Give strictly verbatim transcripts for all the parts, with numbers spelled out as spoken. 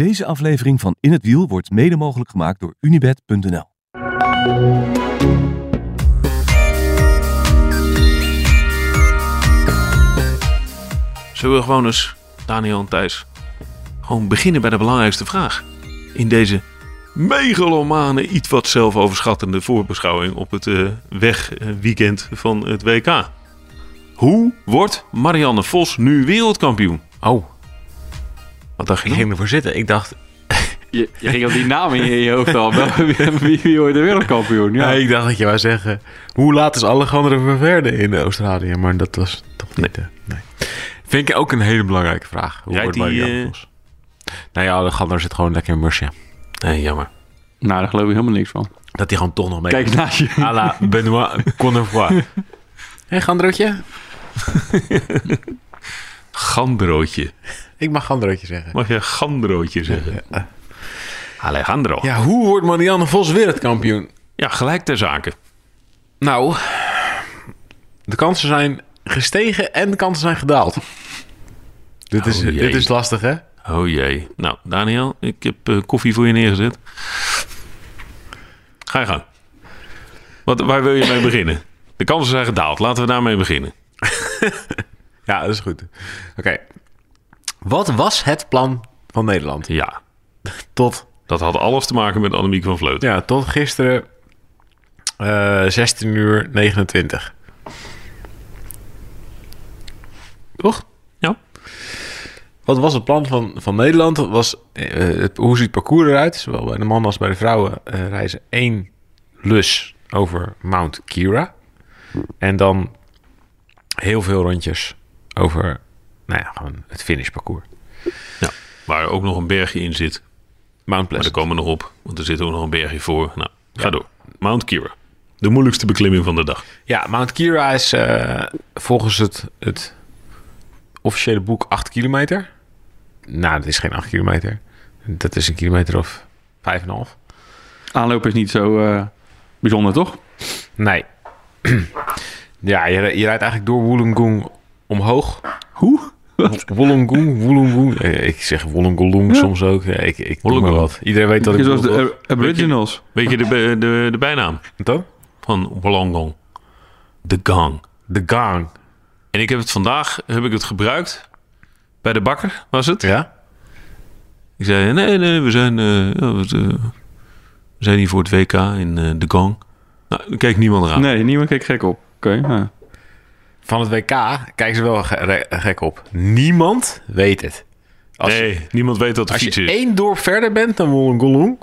Deze aflevering van In het Wiel wordt mede mogelijk gemaakt door Unibet punt n l. Zullen we gewoon eens, Daniel en Thijs, gewoon beginnen bij de belangrijkste vraag. In deze megalomane, iets wat zelfoverschattende voorbeschouwing op het uh, wegweekend van het W K. Hoe wordt Marianne Vos nu wereldkampioen? Oh, Wat dacht je ik nou? ging ervoor zitten. Ik dacht... Je, je ging op die naam in je hoofd al. Wie, wie, wie wordt de wereldkampioen? Ja. Ja, ik dacht dat je wou zeggen... Hoe laat is Alejandro Valverde in Australië? Maar dat was toch niet... Nee. nee. Vind ik ook een hele belangrijke vraag. Hoe Rijdt wordt die, Marianne uh... Vos? Nou ja, Alejandro zit gewoon lekker in Murcia. Nee, jammer. Nou, daar geloof ik helemaal niks van. Dat hij gewoon toch nog mee... Kijk naast je. À la Benoit Connevoix. Hé, hey, Gandrootje? Gandrootje. Ik mag Gandrootje zeggen. Mag je Gandrootje zeggen? Ja, ja. Alejandro. Ja. Ja, hoe wordt Marianne Vos wereldkampioen? ja, gelijk ter zake. Nou, de kansen zijn gestegen en de kansen zijn gedaald. Dit, is, Oh, jee. dit is lastig, hè? Oh jee. Nou, Daniel, ik heb uh, koffie voor je neergezet. Ga je gang. Wat, waar wil je mee beginnen? De kansen zijn gedaald. Laten we daarmee beginnen. Ja, dat is goed. Oké. Okay. Wat was het plan van Nederland? Ja, Tot, dat had alles te maken met Annemiek van Vleuten. ja, tot gisteren uh, zestien uur negenentwintig. Toch? Ja. Wat was het plan van, van Nederland? Het was, uh, het, hoe ziet het parcours eruit? Zowel bij de mannen als bij de vrouwen uh, reizen één lus over Mount Kira. En dan heel veel rondjes over nou ja, gewoon het finishparcours. Ja, waar ook nog een bergje in zit. Mount Maar Pleasant. daar komen we nog op, want er zit ook nog een bergje voor. Nou, ga Ja. door. Mount Kira. De moeilijkste beklimming van de dag. Ja, Mount Kira is uh, volgens het, het officiële boek acht kilometer. Nou, dat is geen acht kilometer. Dat is een kilometer of vijf en een half. Aanloop is niet zo uh, bijzonder, toch? Nee. Ja, je, je rijdt eigenlijk door Wollongong omhoog. Hoe? Wollongong, Wollongong. Ik zeg Wollongong ja. soms ook. Ja, ik ik doe maar wat. Iedereen weet dat ik Zoals bedoel, de uh, Aboriginals. Weet je de, de, de, de bijnaam Wat dan? van Wollongong? De Gang. De gang. En ik heb het vandaag heb ik het gebruikt bij de bakker, was het? Ja? Ik zei, nee, nee, we zijn, uh, ja, we, uh, we zijn hier voor het W K in uh, de Gang. Nou, dan keek niemand eraan. Nee, niemand keek gek op. Oké, okay, ja. Van het W K kijken ze wel ge- gek op. Niemand weet het. Als nee, je, niemand weet wat de als fiets je is. één dorp verder bent dan Wollongong.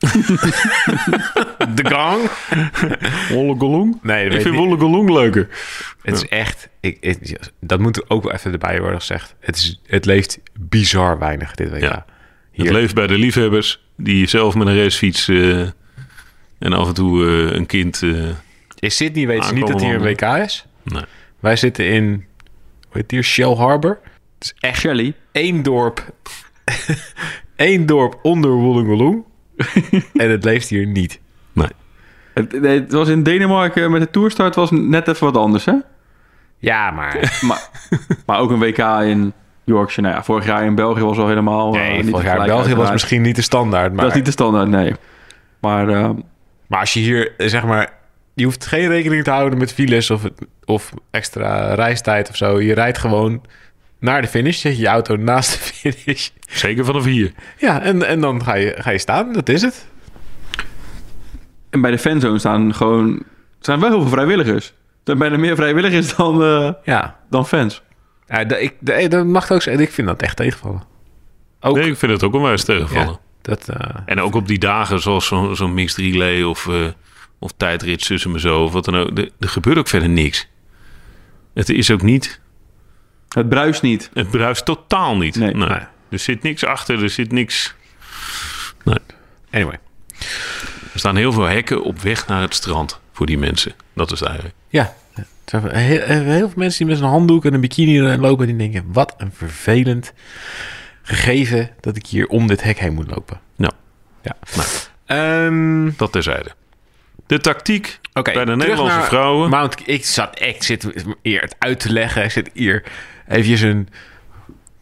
De gang. Wollongong? Nee, dat Ik weet vind niet. Wollongong leuker. Het is echt... Ik, het, dat moet er ook wel even erbij worden gezegd. Het, is, het leeft bizar weinig, dit W K. Ja. Hier. Het leeft bij de liefhebbers die zelf met een racefiets uh, en af en toe uh, een kind... Uh, In Sydney weten ze niet dat hier een W K is. nee. Wij zitten in... Hoe heet het hier? Shell Harbor. Het is echt Shelly. één dorp... één dorp onder Wollongong. En het leeft hier niet. Nee. Het, nee, het was in Denemarken met de toerstart was net even wat anders, hè? Ja, maar... maar, maar ook een W K in Yorkshire. Nou ja, vorig jaar in België was al helemaal... Nee, uh, niet vorig jaar te België was uiteraard. misschien niet de standaard. Maar, Dat is niet de standaard, nee. Maar... Uh, maar als je hier, zeg maar... Je hoeft geen rekening te houden met files of, of extra reistijd of zo. Je rijdt gewoon naar de finish. Zet je je auto naast de finish. Zeker vanaf hier. Ja, en, en dan ga je, ga je staan. Dat is het. en bij de fanzone staan gewoon... Er zijn wel heel veel vrijwilligers. Er zijn bijna meer vrijwilligers dan, uh, Ja. dan fans. Ja, dat, ik, dat, dat mag ook zeggen. Ik vind dat echt tegenvallen. Ook, Nee, ik vind het ook onwijs tegenvallen. ja, dat, uh, En ook op die dagen zoals zo'n zo mixed relay of, uh, of tijdrit tussen me zo of wat dan ook. Er, er gebeurt ook verder niks. Het is ook niet... Het bruist niet. Het bruist totaal niet. Nee. Nee. Nee. Er zit niks achter, er zit niks... Nee. anyway. Er staan heel veel hekken op weg naar het strand voor die mensen. Dat is het eigenlijk. Ja. Er zijn heel, heel veel mensen die met zijn handdoek en een bikini lopen. Die denken, wat een vervelend gegeven dat ik hier om dit hek heen moet lopen. Nou, Ja. nou Um, dat terzijde. De tactiek Oké, bij de terug Nederlandse naar vrouwen... Mount, ik zat ik zit eer het uit te leggen. Ik zit hier eventjes een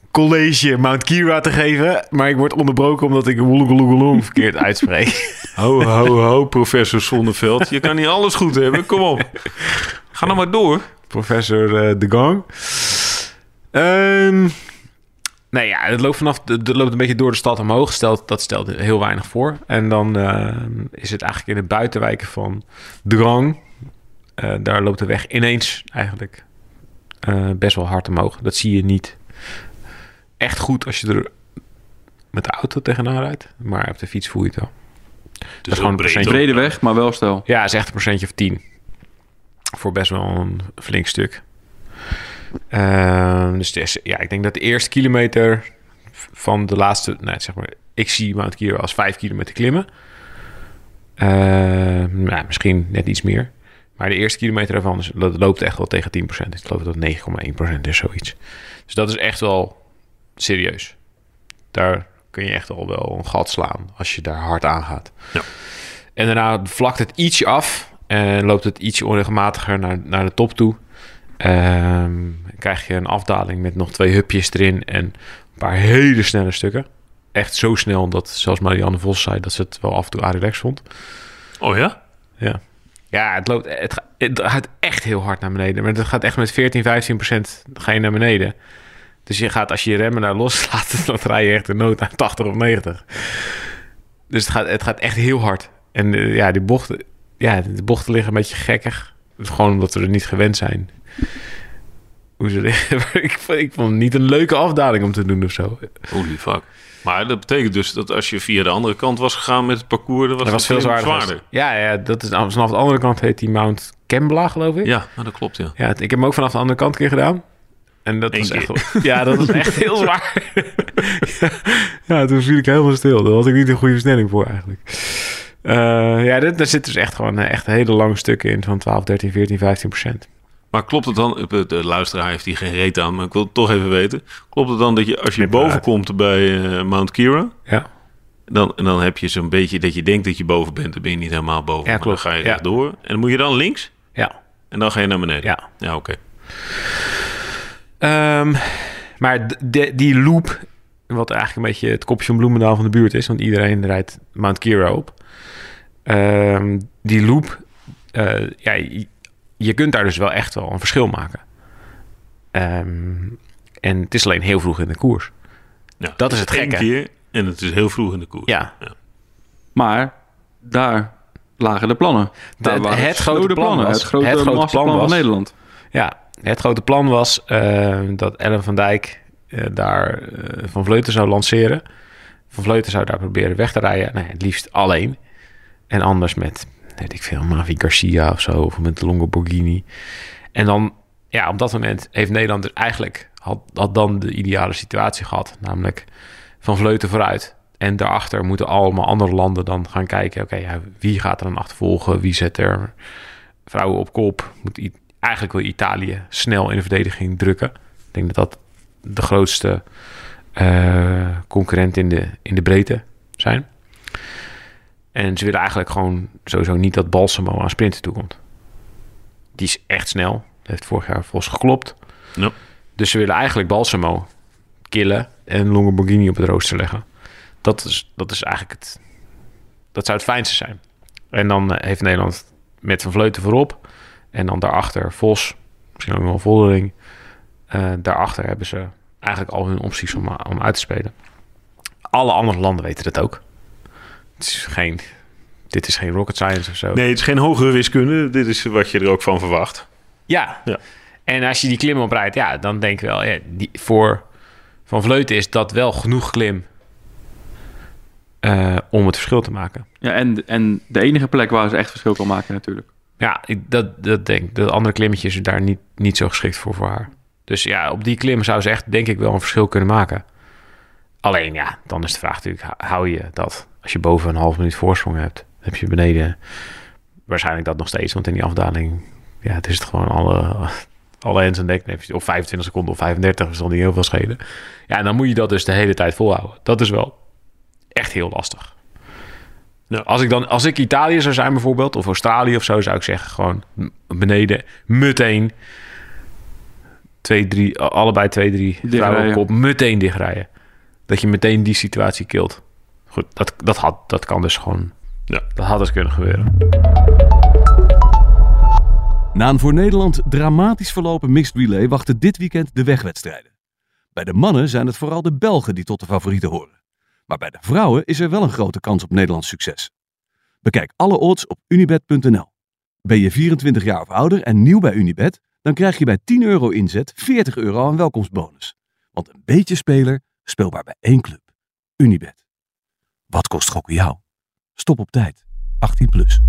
college Mount Kira te geven. Maar ik word onderbroken omdat ik Woeloegeloegeloem verkeerd uitspreek. Ho, ho, ho, professor Zonneveld. Je kan niet alles goed hebben. Kom op. Ga nou maar door. Professor uh, De Gang. Um, nee, ja, het loopt vanaf de, het loopt een beetje door de stad omhoog. Stelt, dat stelt heel weinig voor. En dan uh, is het eigenlijk in de buitenwijken van De Gang. Uh, daar loopt de weg ineens eigenlijk uh, best wel hard omhoog. Dat zie je niet echt goed als je er met de auto tegenaan rijdt. Maar op de fiets voel je het wel. Het dat is gewoon een Een procentje. brede weg, maar wel stijl. Ja, het is echt een procentje of tien. Voor best wel een flink stuk. Uh, dus het is, ja, ik denk dat de eerste kilometer van de laatste... Nee, zeg maar, ik zie Mount Kira als vijf kilometer klimmen. Uh, nou, misschien net iets meer. Maar de eerste kilometer daarvan is, dat loopt echt wel tegen tien procent. Ik geloof dat het negen komma één procent is, zoiets. Dus dat is echt wel serieus. Daar kun je echt al wel een gat slaan als je daar hard aan gaat. Ja. En daarna vlakt het ietsje af en loopt het ietsje onregelmatiger naar, naar de top toe. Um, krijg je een afdaling met nog twee hupjes erin en een paar hele snelle stukken. Echt zo snel dat zelfs Marianne Vos zei dat ze het wel af en toe relax vond. Oh ja? Ja. Ja, het loopt, het, gaat, het gaat echt heel hard naar beneden. Maar het gaat echt met veertien, vijftien procent ga je naar beneden. Dus je gaat, als je je remmen daar loslaat, dan rij je echt in nood aan tachtig of negentig. Dus het gaat, het gaat echt heel hard. En uh, ja, die bochten, ja, de bochten liggen een beetje gekkig. Gewoon omdat we er niet gewend zijn. Hoe ze liggen. ik, ik vond het niet een leuke afdaling om te doen of zo. Holy fuck. Maar dat betekent dus dat als je via de andere kant was gegaan met het parcours... dan was dat was veel zwaarder. zwaarder. Ja, ja, dat is vanaf de andere kant heet die Mount Kembla, geloof ik. Ja, nou, dat klopt, ja. Ja, ik heb hem ook vanaf de andere kant een keer gedaan. En dat Eén was keer. echt, ja, dat was echt heel zwaar. ja, ja, toen viel ik helemaal stil. Daar had ik niet een goede versnelling voor eigenlijk. Uh, ja, daar zit dus echt gewoon echt hele lange stukken in van twaalf, dertien, veertien, vijftien procent. Maar klopt het dan, de luisteraar heeft hier geen reet aan, maar ik wil het toch even weten. Klopt het dan dat je als je Knip boven eruit. komt bij uh, Mount Kira, Ja. dan, en dan heb je zo'n beetje dat je denkt dat je boven bent, dan ben je niet helemaal boven. Ja, maar klopt. dan ga je Ja. rechtdoor en dan moet je dan links Ja. en dan ga je naar beneden. Ja. Ja, oké. Um, maar de, die loop, wat eigenlijk een beetje het kopje van Bloemendaal van de buurt is, want iedereen rijdt Mount Kira op. Um, die loop, uh, ja, je, je kunt daar dus wel echt wel een verschil maken. Um, en het is alleen heel vroeg in de koers. Ja, Dat is het één gekke. keer en het is heel vroeg in de koers. Ja. Ja. Maar daar lagen de plannen. Daar De- waren het grote snode plan plannen. was- Het grote, het grote masterplan plan was- van Nederland. Ja, het grote plan was uh, dat Ellen van Dijk uh, daar uh, Van Vleuten zou lanceren. Van Vleuten zou daar proberen weg te rijden. Nee, het liefst alleen. En anders met, weet ik veel, Mavi Garcia of zo. Of met de Longoborghini. En dan, ja, op dat moment heeft Nederland dus eigenlijk... Had, had dan de ideale situatie gehad. Namelijk Van Vleuten vooruit. En daarachter moeten allemaal andere landen dan gaan kijken. Oké, okay, ja, wie gaat er dan achtervolgen? Wie zet er vrouwen op kop? Moet I- eigenlijk wil Italië snel in de verdediging drukken. Ik denk dat dat de grootste uh, concurrent in de, in de breedte zijn. En ze willen eigenlijk gewoon sowieso niet dat Balsamo aan sprinten toekomt. Die is echt snel. Dat heeft vorig jaar Vos geklopt. Ja. Dus ze willen eigenlijk Balsamo killen en Longoborghini op het rooster leggen. Dat is, dat is eigenlijk het... Dat zou het fijnste zijn. En dan uh, heeft Nederland met Van Vleuten voorop. En dan daarachter Vos. Misschien ook nog wel Voldering. Uh, daarachter hebben ze eigenlijk al hun opties om, om uit te spelen. Alle andere landen weten dat ook. Het is geen... Dit is geen rocket science of zo. Nee, het is geen hogere wiskunde. Dit is wat je er ook van verwacht. Ja. Ja. En als je die klim oprijdt, ja, dan denk ik wel... Ja, die, voor Van Vleuten is dat wel genoeg klim... Uh, om het verschil te maken. Ja, en, en de enige plek waar ze echt verschil kan maken natuurlijk. Ja, ik, dat, dat denk ik. De andere klimmetjes is daar niet, niet zo geschikt voor voor haar. Dus ja, op die klim zou ze echt, denk ik, wel een verschil kunnen maken. Alleen ja, dan is de vraag natuurlijk... hou je dat als je boven een half minuut voorsprong hebt... heb je beneden waarschijnlijk dat nog steeds. Want in die afdaling, ja, het is het gewoon alle... alle hens en dek, of vijfentwintig seconden of vijfendertig, dat zal niet heel veel schelen. Ja, en dan moet je dat dus de hele tijd volhouden. Dat is wel echt heel lastig. Nou, als ik dan, als ik Italië zou zijn bijvoorbeeld, of Australië of zo, zou ik zeggen gewoon beneden meteen twee, drie, allebei twee, drie vrouwen op kop meteen dichtrijden. Dat je meteen die situatie kilt. Goed, dat, dat, had, dat kan dus gewoon... Ja. Dat had dus kunnen gebeuren. Na een voor Nederland dramatisch verlopen mixed relay wachten dit weekend de wegwedstrijden. Bij de mannen zijn het vooral de Belgen die tot de favorieten horen. Maar bij de vrouwen is er wel een grote kans op Nederlands succes. Bekijk alle odds op unibet punt n l. Ben je vierentwintig jaar of ouder en nieuw bij Unibet, dan krijg je bij tien euro inzet veertig euro aan welkomstbonus. Want een beetje speler, speelbaar bij één club. Unibet. Wat kost gokken jou? Stop op tijd. achttien plus.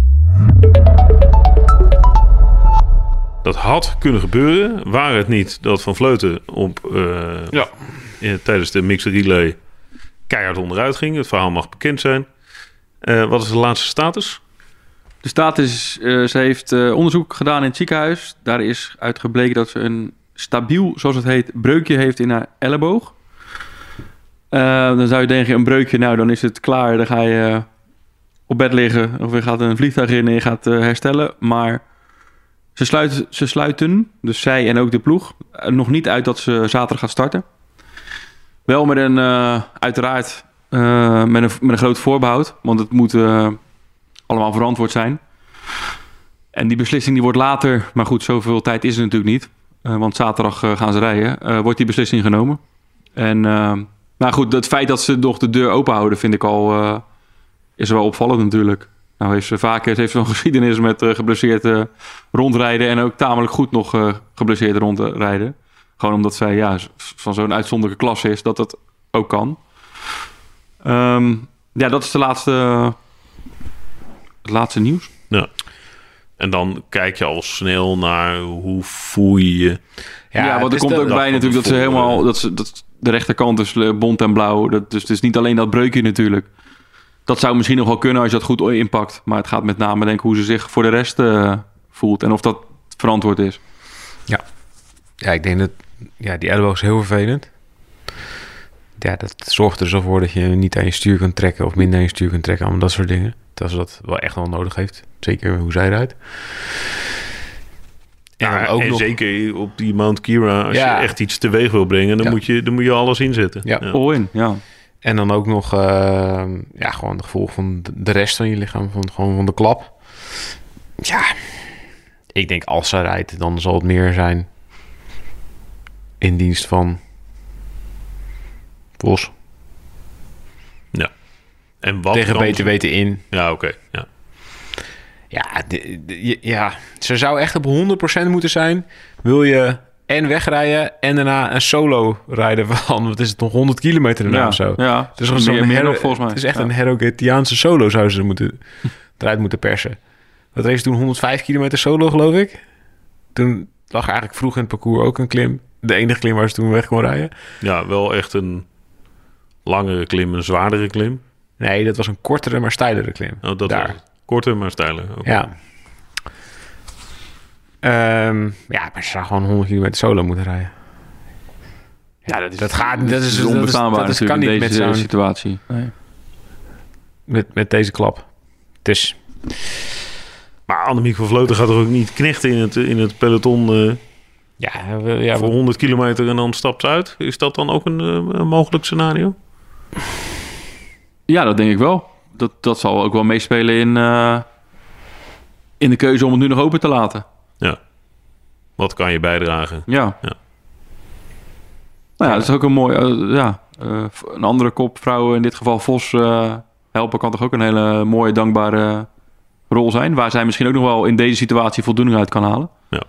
Dat had kunnen gebeuren, waar het niet dat Van Vleuten op, uh, Ja. in, tijdens de mixed relay keihard onderuit ging. Het verhaal mag bekend zijn. Uh, wat is de laatste status? De status, uh, ze heeft uh, onderzoek gedaan in het ziekenhuis. Daar is uitgebleken dat ze een stabiel, zoals het heet, breukje heeft in haar elleboog. Uh, dan zou je denken, een breukje, nou dan is het klaar. Dan ga je uh, op bed liggen of je gaat een vliegtuig in en je gaat uh, herstellen. Maar ze, sluit, ze sluiten, dus zij en ook de ploeg, uh, nog niet uit dat ze zaterdag gaat starten. Wel met een, uh, uiteraard, uh, met, een, met een groot voorbehoud. Want het moet uh, allemaal verantwoord zijn. En die beslissing die wordt later, maar goed, zoveel tijd is er natuurlijk niet. Uh, want zaterdag uh, gaan ze rijden. Uh, wordt die beslissing genomen. En uh, nou goed, het feit dat ze nog de deur open houden, vind ik al, uh, is wel opvallend natuurlijk. Nou heeft ze vaker, ze heeft zo'n geschiedenis met uh, geblesseerd uh, rondrijden en ook tamelijk goed nog uh, geblesseerd rondrijden. Gewoon omdat zij ja, van zo'n uitzonderlijke klasse is, dat dat ook kan. Um, ja, dat is de laatste, het laatste nieuws. Ja. En dan kijk je al snel naar hoe voel je je. Ja, ja want er komt ook bij natuurlijk dat ze helemaal, dat, ze, dat de rechterkant is bont en blauw. Dat, dus het is niet alleen dat breukje natuurlijk. Dat zou misschien nog wel kunnen als je dat goed inpakt. Maar het gaat met name denk ik hoe ze zich voor de rest uh, voelt. En of dat verantwoord is. Ja, ja ik denk dat ja, die elleboog is heel vervelend. Ja, dat zorgt er zo voor dat je niet aan je stuur kunt trekken of minder aan je stuur kunt trekken. Allemaal dat soort dingen. Terwijl ze dat wel echt wel nodig heeft. Zeker hoe zij rijdt. En, ja, ook en nog... zeker op die Mount Kira, als ja. je echt iets teweeg wil brengen, dan, ja. moet, je, dan moet je alles inzetten. Ja, ja. all in, ja. En dan ook nog uh, ja, gewoon het gevolg van de rest van je lichaam, van, gewoon van de klap. Ja, ik denk als ze rijdt, dan zal het meer zijn in dienst van Vos. Ja. En wat tegen dan... beter weten in. Ja, oké. Okay. Ja. Ja, de, de, ja, ze zou echt op honderd procent moeten zijn. Wil je en wegrijden en daarna een solo rijden van, wat is het, nog honderd kilometer daarna ja, of zo. Ja, het is, meer, meer hero, nog, volgens mij. Het is echt ja. een Herogetiaanse solo zou ze moeten, eruit moeten persen. Wat reed ze toen? honderdvijf kilometer solo, geloof ik. Toen lag eigenlijk vroeg in het parcours ook een klim. De enige klim waar ze toen weg kon rijden. Ja, wel echt een langere klim, een zwaardere klim. Nee, dat was een kortere, maar steilere klim. Oh, dat daar. Was korter, maar steiler. Okay. Ja. Um, ja, maar ze zou gewoon honderd kilometer solo moeten rijden. Ja, dat, is, dat gaat dat, dat is onbestaanbaar. Dat, is, dat kan niet in met deze zo'n situatie. Nee. Met, met deze klap. Dus. Maar Annemiek van Vleuten gaat er ook niet knechten in het, in het peloton. Uh, ja, we, ja, voor honderd kilometer en dan stapt ze uit. Is dat dan ook een, een mogelijk scenario? Ja, dat denk ik wel. Dat, dat zal ook wel meespelen in, uh, in de keuze om het nu nog open te laten. Ja. Wat kan je bijdragen? Ja. ja. Nou ja, dat is ook een mooi... Uh, ja, uh, een andere kopvrouw, in dit geval Vos, uh, helpen kan toch ook een hele mooie, dankbare rol zijn. Waar zij misschien ook nog wel in deze situatie voldoening uit kan halen. Ja.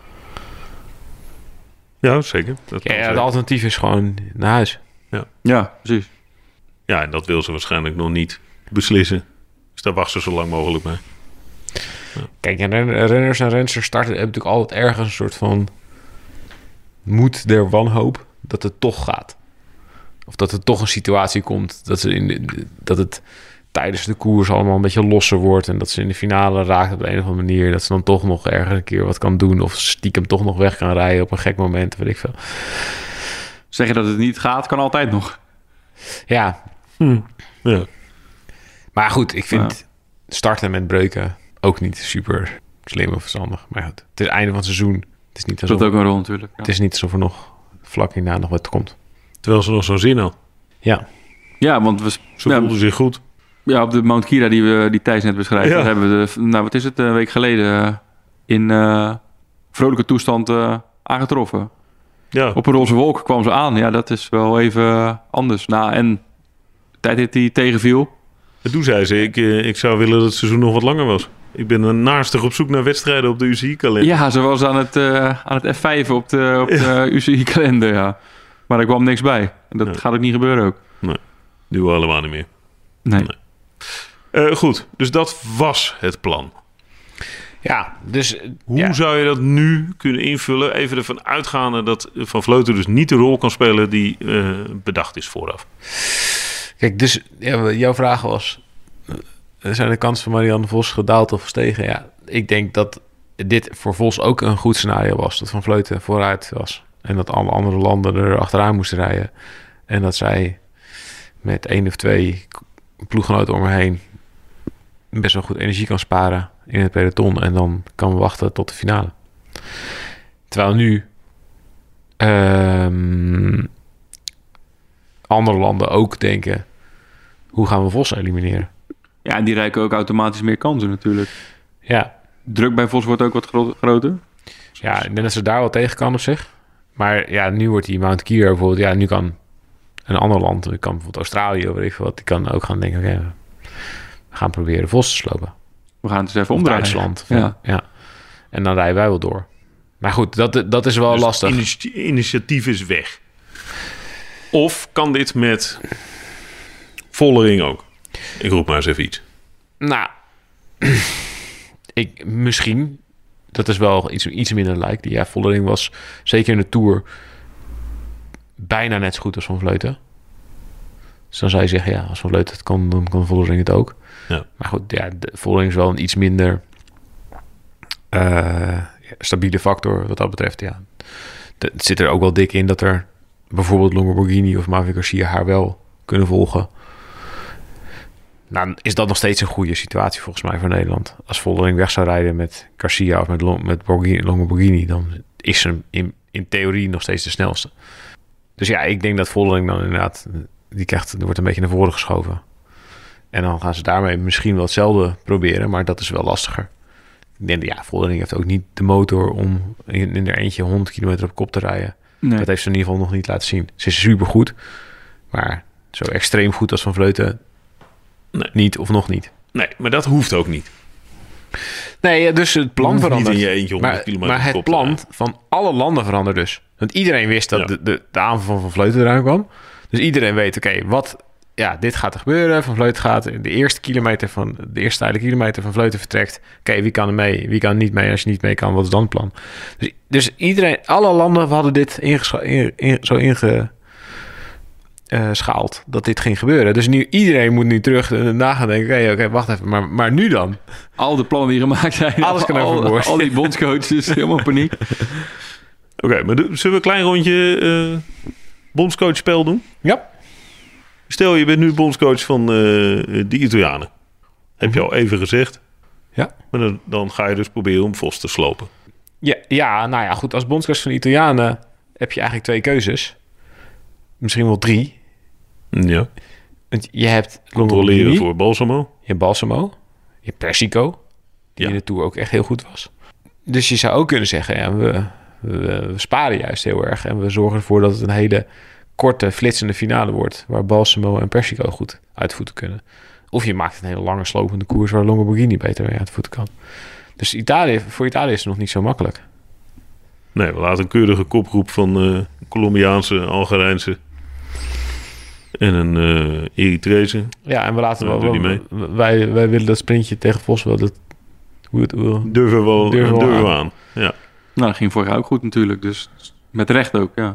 Ja, zeker. Dat ja, ja, het alternatief is gewoon naar huis. Ja, ja precies. Ja, en dat wil ze waarschijnlijk nog niet beslissen. Dus daar wacht ze zo lang mogelijk mee. Ja. Kijk, en renners en rensters starten hebben natuurlijk altijd ergens een soort van moed der wanhoop dat het toch gaat. Of dat er toch een situatie komt dat, ze in de, dat het tijdens de koers allemaal een beetje losser wordt en dat ze in de finale raakt op de een of andere manier. Dat ze dan toch nog ergens een keer wat kan doen of stiekem toch nog weg kan rijden op een gek moment, weet ik veel. Zeggen dat het niet gaat, kan altijd nog. Ja. Hm. Ja. Maar goed, ik vind ja. starten met breuken ook niet super slim of verstandig. Maar goed, het is het einde van het seizoen. Het is niet Dat alsof, ook een rol natuurlijk. Ja. het is niet alsof er nog vlak hierna nog wat komt. Terwijl ze nog zo'n zin had. Ja, Ja, want we, Ze ja, voelde zich goed. ja, op de Mount Kira die, we, die Thijs net beschrijft... Ja. dat hebben we, de, nou wat is het, een week geleden... eh, in eh, vrolijke toestand eh, aangetroffen. Ja, Op een roze wolk kwam ze aan. Ja, dat is wel even anders. Nou, en de tijd dat hij tegenviel... en toen zei ze, ik, eh, ik zou willen dat het seizoen nog wat langer was. Ik ben een naastig op zoek naar wedstrijden op de U C I-kalender. Ja, ze was aan het, uh, aan het F vijf op de, op de U C I-kalender, ja. Maar er kwam niks bij. En dat Nee. gaat ook niet gebeuren ook. Nu helemaal niet meer. Nee. Nee. Uh, goed, dus dat was het plan. ja dus... Hoe ja. zou je dat nu kunnen invullen? Even ervan uitgaande dat Van Vleuten dus niet de rol kan spelen die uh, bedacht is vooraf. Kijk, dus ja, jouw vraag was... Uh, zijn de kansen van Marianne Vos gedaald of gestegen? Ja, ik denk dat dit voor Vos ook een goed scenario was. Dat Van Vleuten vooruit was. En dat alle andere landen er achteraan moesten rijden. En dat zij met één of twee ploeggenoten om haar heen... best wel goed energie kan sparen in het peloton. En dan kan wachten tot de finale. Terwijl nu... Um, andere landen ook denken... hoe gaan we Vos elimineren? Ja, en die rijken ook automatisch meer kansen natuurlijk. Ja, Druk bij Vos wordt ook wat gro- groter. ja, ik denk dat ze daar wel tegen kan op zich. Maar ja, nu wordt die Mount Kira bijvoorbeeld... ja, nu kan een ander land... kan bijvoorbeeld Australië of weet ik veel wat... die kan ook gaan denken... oké, okay, we gaan proberen Vos te slopen. We gaan het eens even Of omdraaien. Duitsland. Ja. Ja. ja. En dan rijden wij wel door. Maar goed, dat, dat is wel Dus lastig. Initi- initiatief is weg. Of kan dit met Vollering ook? Ik roep maar eens even iets. Nou, ik, misschien. Dat is wel iets, iets minder like. Ja, Vollering was zeker in de Tour bijna net zo goed als Van Vleuten. Dus dan zou je zeggen, ja, als Van Vleuten het kan, dan kan Vollering het ook. Ja. Maar goed, ja, de Vollering is wel een iets minder uh, stabiele factor wat dat betreft. Ja. De, het zit er ook wel dik in dat er bijvoorbeeld Longo Borghini of Mavi Garcia haar wel kunnen volgen. Nou, is dat nog steeds een goede situatie volgens mij voor Nederland. Als Vollering weg zou rijden met Garcia of met, Long, met Borghini, Longo Borghini... dan is ze in, in theorie nog steeds de snelste. Dus ja, ik denk dat Vollering dan inderdaad... die krijgt, die wordt een beetje naar voren geschoven. En dan gaan ze daarmee misschien wel hetzelfde proberen... maar dat is wel lastiger. Ik denk, ja, Vollering heeft ook niet de motor... om in, in er eentje honderd kilometer op kop te rijden. Nee. Dat heeft ze in ieder geval nog niet laten zien. Ze is supergoed, maar zo extreem goed als Van Vleuten... Nee. Niet of nog niet. Nee, maar dat hoeft ook niet. Nee, dus het plan Hoeft verandert. niet in je eentje honderd maar, kilometer maar op het kop te plan rijden. van alle landen verandert dus. Want iedereen wist dat Ja. de, de, de aanval van Van Vleuten eraan kwam. Dus iedereen weet, oké, okay, wat... Ja, dit gaat er gebeuren. Van Vleuten gaat de eerste kilometer van... De eerste tijdelijke kilometer van Vleuten vertrekt. Oké, okay, wie kan er mee? Wie kan er niet mee? Als je niet mee kan, wat is dan het plan? Dus, dus iedereen... Alle landen hadden dit ingescha- in, in, zo inge... Uh, schaald dat dit ging gebeuren. Dus nu iedereen moet nu terug en na gaan denken... oké, okay, okay, wacht even, maar, maar nu dan? Al de plannen die gemaakt zijn. Alles kan al, overboord. al die bondscoaches, helemaal in paniek. Oké, okay, maar do- zullen we een klein rondje uh, bondscoachspel doen? Ja. Stel, je bent nu bondscoach van uh, de Italianen. Heb je al even gezegd. Ja. Maar dan, dan ga je dus proberen om Vos te slopen. Ja, ja, nou ja, goed. Als bondscoach van de Italianen heb je eigenlijk twee keuzes. Misschien wel drie. Ja. Want je hebt Controleren voor Balsamo. Je hebt Balsamo. Je hebt Persico. Die ja. in de Tour ook echt heel goed was. Dus je zou ook kunnen zeggen... Ja, we, we, we sparen juist heel erg. En we zorgen ervoor dat het een hele korte, flitsende finale wordt... waar Balsamo en Persico goed uit voeten kunnen. Of je maakt een hele lange, slopende koers... waar Longo Borghini beter mee uit voeten kan. Dus Italië, voor Italië is het nog niet zo makkelijk. Nee, we laten een keurige kopgroep van uh, Colombiaanse, Algerijnse... en een uh, Eritrese. Ja, en we laten nou, wel... wel wij, wij willen dat sprintje tegen Vos wel... Dat, hoe het, hoe, durven we wel durven durven durven aan. aan. Ja. Nou, dat ging vorig jaar ook goed natuurlijk. Dus met recht ook, ja.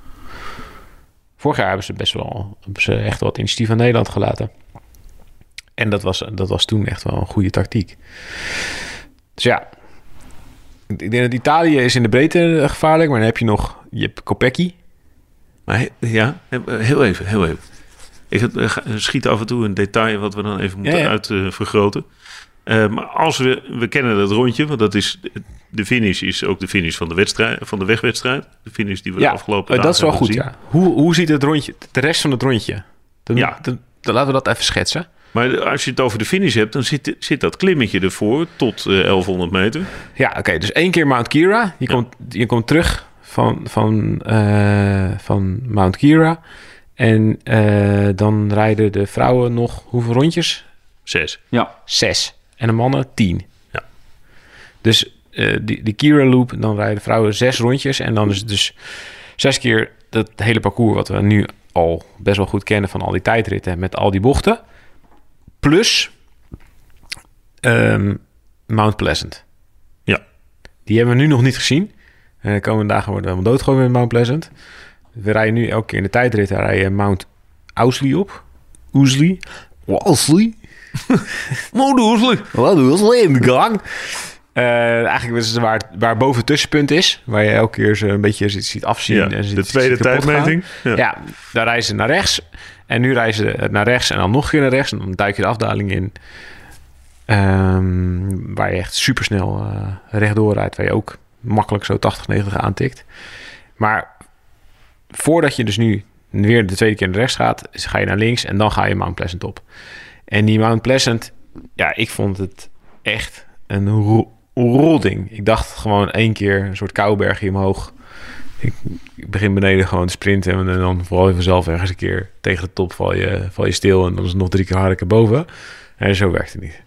Vorig jaar hebben ze best wel... hebben ze echt wat initiatief aan Nederland gelaten. En dat was, dat was toen echt wel een goede tactiek. Dus ja... Ik denk dat Italië is in de breedte gevaarlijk... maar dan heb je nog... Je hebt Kopecky. Maar ja, heel even, heel even. Ik schiet af en toe een detail wat we dan even moeten ja, ja. uitvergroten. Uh, uh, maar als we, we kennen dat rondje, want dat is de finish is ook de finish van de, wedstrijd, van de wegwedstrijd. De finish die we Ja, de afgelopen uh, dagen dat is wel hebben goed, gezien. ja. Hoe, hoe ziet het rondje, de rest van het rondje? Dan, Ja. dan, dan laten we dat even schetsen. Maar als je het over de finish hebt, dan zit, zit dat klimmetje ervoor tot uh, elfhonderd meter. Ja, oké. Okay, dus één keer Mount Kira. Je, Ja. komt, je komt terug van, van, uh, van Mount Kira. En uh, dan rijden de vrouwen nog hoeveel rondjes? Zes. Ja. Zes. En de mannen tien. Ja. Dus uh, die, die Kira Loop, dan rijden de vrouwen zes rondjes. En dan is het dus zes keer dat hele parcours wat we nu al best wel goed kennen van al die tijdritten met al die bochten. Plus um, Mount Pleasant. Ja. Die hebben we nu nog niet gezien. En de komende dagen worden we helemaal doodgegooid met Mount Pleasant. We rijden nu elke keer in de tijdrit rijden Mount Ousley op. Ousley. Ousley. Mount Ousley. Mount Ousley in de gang. Uh, eigenlijk is het waar, waar boven het tussenpunt is. Waar je elke keer zo een beetje ziet, ziet afzien. Ja, en ziet, de tweede ziet kapot tijdmeting. gaan. Ja. ja, daar reizen ze naar rechts. En nu reizen ze naar rechts en dan nog een keer naar rechts. En dan duik je de afdaling in. Um, waar je echt supersnel uh, rechtdoor rijdt. Waar je ook makkelijk zo tachtig, negentig aantikt. Maar voordat je dus nu weer de tweede keer naar rechts gaat, ga je naar links en dan ga je Mount Pleasant op. En die Mount Pleasant, ja, ik vond het echt een ro- rodding. Ik dacht gewoon één keer een soort koubergje omhoog. Ik, ik begin beneden gewoon te sprinten en dan val je vanzelf ergens een keer tegen de top, val je, val je stil en dan is het nog drie keer harder boven. En zo werkt het niet.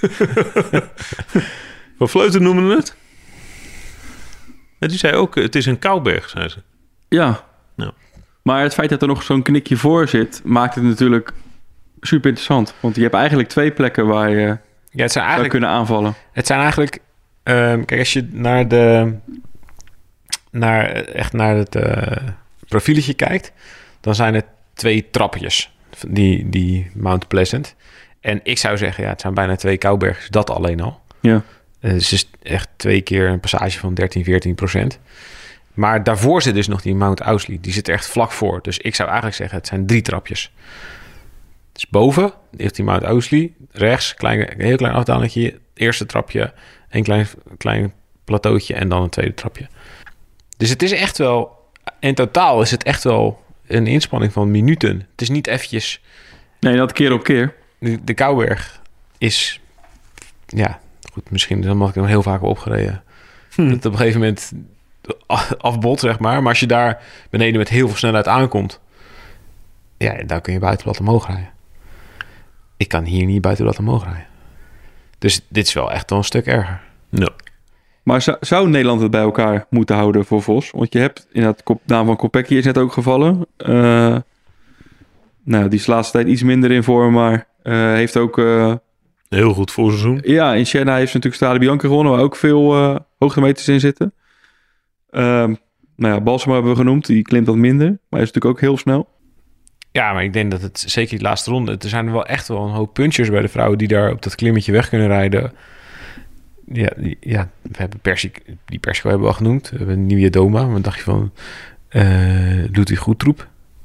Wat Vleuten noemde het? Ja, die zei ook, het is een kouberg, zei ze. Ja. Ja. Maar het feit dat er nog zo'n knikje voor zit, maakt het natuurlijk super interessant. Want je hebt eigenlijk twee plekken waar je Ja, het zijn zou eigenlijk, kunnen aanvallen. het zijn eigenlijk um, kijk, als je naar de naar echt naar het uh, profieletje kijkt, dan zijn het twee trapjes, die, die Mount Pleasant. En ik zou zeggen, ja, het zijn bijna twee koubergjes, dat alleen al. Ja. Uh, het is echt twee keer een passage van dertien, veertien procent. Maar daarvoor zit dus nog die Mount Ousley. Die zit er echt vlak voor. Dus ik zou eigenlijk zeggen, het zijn drie trapjes. Dus boven ligt die Mount Ousley. Rechts, klein, een heel klein afdalingje. Eerste trapje, een klein, klein plateautje en dan een tweede trapje. Dus het is echt wel... In totaal is het echt wel een inspanning van minuten. Het is niet eventjes... Nee, dat keer op keer. De, de Kouberg is... Ja, goed, misschien omdat ik hem heel vaak heb opgereden. Hm. Dat op een gegeven moment afbot, zeg maar. Maar als je daar beneden met heel veel snelheid aankomt... Ja, dan kun je buitenblad omhoog rijden. Ik kan hier niet buitenblad omhoog rijden. Dus dit is wel echt wel een stuk erger. Ja. Maar zou, zou Nederland het bij elkaar moeten houden voor Vos? Want je hebt in het naam van Kopecky is net ook gevallen. Uh, nou, die is de laatste tijd iets minder in vorm, maar uh, heeft ook... Uh, Heel goed voorseizoen. Ja, in Siena heeft ze natuurlijk Strade Bianca gewonnen, waar ook veel uh, hoogtemeters in zitten. Uh, nou ja, Balsamo hebben we genoemd, die klimt wat minder, maar is natuurlijk ook heel snel. Ja, maar ik denk dat het zeker die laatste ronde... Er zijn wel echt wel een hoop punchers bij de vrouwen... die daar op dat klimmetje weg kunnen rijden. Ja, die, ja we hebben Persie, die Persico hebben we al genoemd. We hebben Nieuwe Doma. Wat dacht je van... Uh, doet hij goed troep?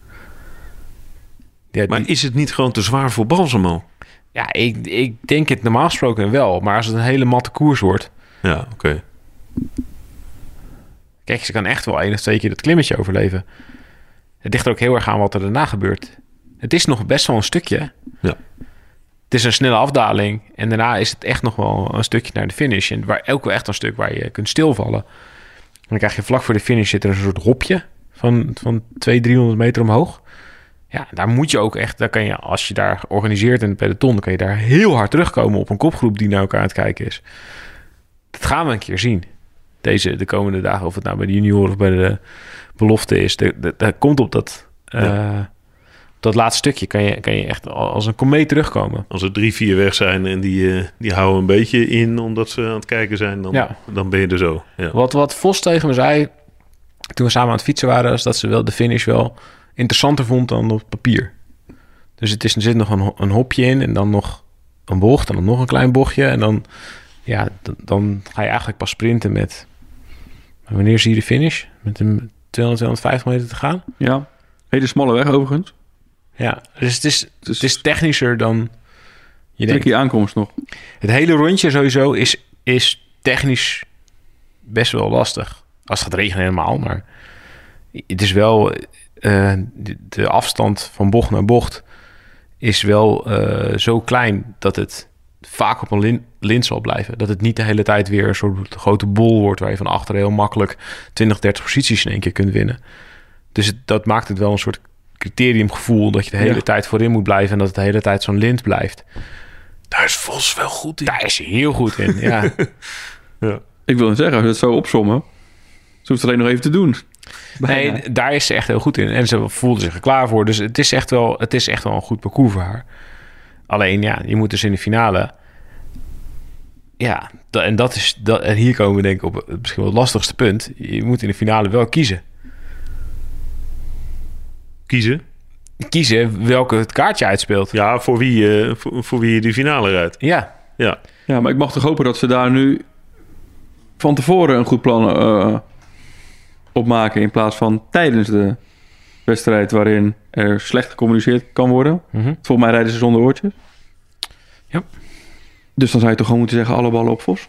Ja, maar die, is het niet gewoon te zwaar voor Balsamo? Ja, ik, ik denk het normaal gesproken wel. Maar als het een hele matte koers wordt... Ja, oké. Okay. Kijk, ze kan echt wel één of twee keer dat klimmetje overleven. Het ligt er ook heel erg aan wat er daarna gebeurt. Het is nog best wel een stukje. Ja. Het is een snelle afdaling. En daarna is het echt nog wel een stukje naar de finish. En waar, ook wel echt een stuk waar je kunt stilvallen. En dan krijg je vlak voor de finish zit er een soort hopje van, van tweehonderd, driehonderd meter omhoog. Ja, daar moet je ook echt... Daar kan je, als je daar organiseert in de peloton... dan kan je daar heel hard terugkomen op een kopgroep die naar elkaar aan het kijken is. Dat gaan we een keer zien. Deze, de komende dagen, of het nou bij de junioren of bij de belofte is. Daar komt op dat... Uh, ja. Dat laatste stukje kan je, kan je echt als een komeet terugkomen. Als er drie, vier weg zijn en die, uh, die houden een beetje in omdat ze aan het kijken zijn, dan, ja. dan ben je er zo. Ja. Wat, wat Vos tegen me zei toen we samen aan het fietsen waren, is dat ze wel de finish wel interessanter vond dan op papier. Dus het is, er zit nog een, een hopje in en dan nog een bocht en dan nog een klein bochtje. En dan, ja, d- dan ga je eigenlijk pas sprinten met... Wanneer zie je de finish? Met een tweehonderd, tweehonderdvijftig meter te gaan? Ja, hele smalle weg overigens. Ja, dus het is, het is technischer dan je denkt. Die aankomst nog. Het hele rondje sowieso is, is technisch best wel lastig. Als het gaat regenen helemaal, maar het is wel... Uh, de, de afstand van bocht naar bocht is wel uh, zo klein dat het vaak op een lin, lint zal blijven. Dat het niet de hele tijd weer een soort grote bol wordt waar je van achteren heel makkelijk twintig, dertig posities in één keer kunt winnen. Dus het, dat maakt het wel een soort criteriumgevoel dat je de hele ja. tijd voorin moet blijven en dat het de hele tijd zo'n lint blijft. Daar is Vos wel goed in. Daar is hij heel goed in, ja. ja. Ik wil zeggen, als we het zo opsommen, ze hoeft het alleen nog even te doen. Bijna. Nee, daar is ze echt heel goed in. En ze voelde zich er klaar voor. Dus het is echt wel, het is echt wel een goed parcours voor haar. Alleen, ja, je moet dus in de finale... Ja, dat, en, dat is, dat, en hier komen we denk ik op het misschien wel het lastigste punt. Je moet in de finale wel kiezen. Kiezen? Kiezen welke het kaartje uitspeelt. Ja, voor wie, uh, voor, voor wie je die finale rijdt. Ja. ja. Ja, maar ik mag toch hopen dat ze daar nu van tevoren een goed plan uh, op maken in plaats van tijdens de wedstrijd waarin er slecht gecommuniceerd kan worden. Mm-hmm. Volgens mij rijden ze zonder oortjes. Ja. Dus dan zou je toch gewoon moeten zeggen alle ballen op Vos?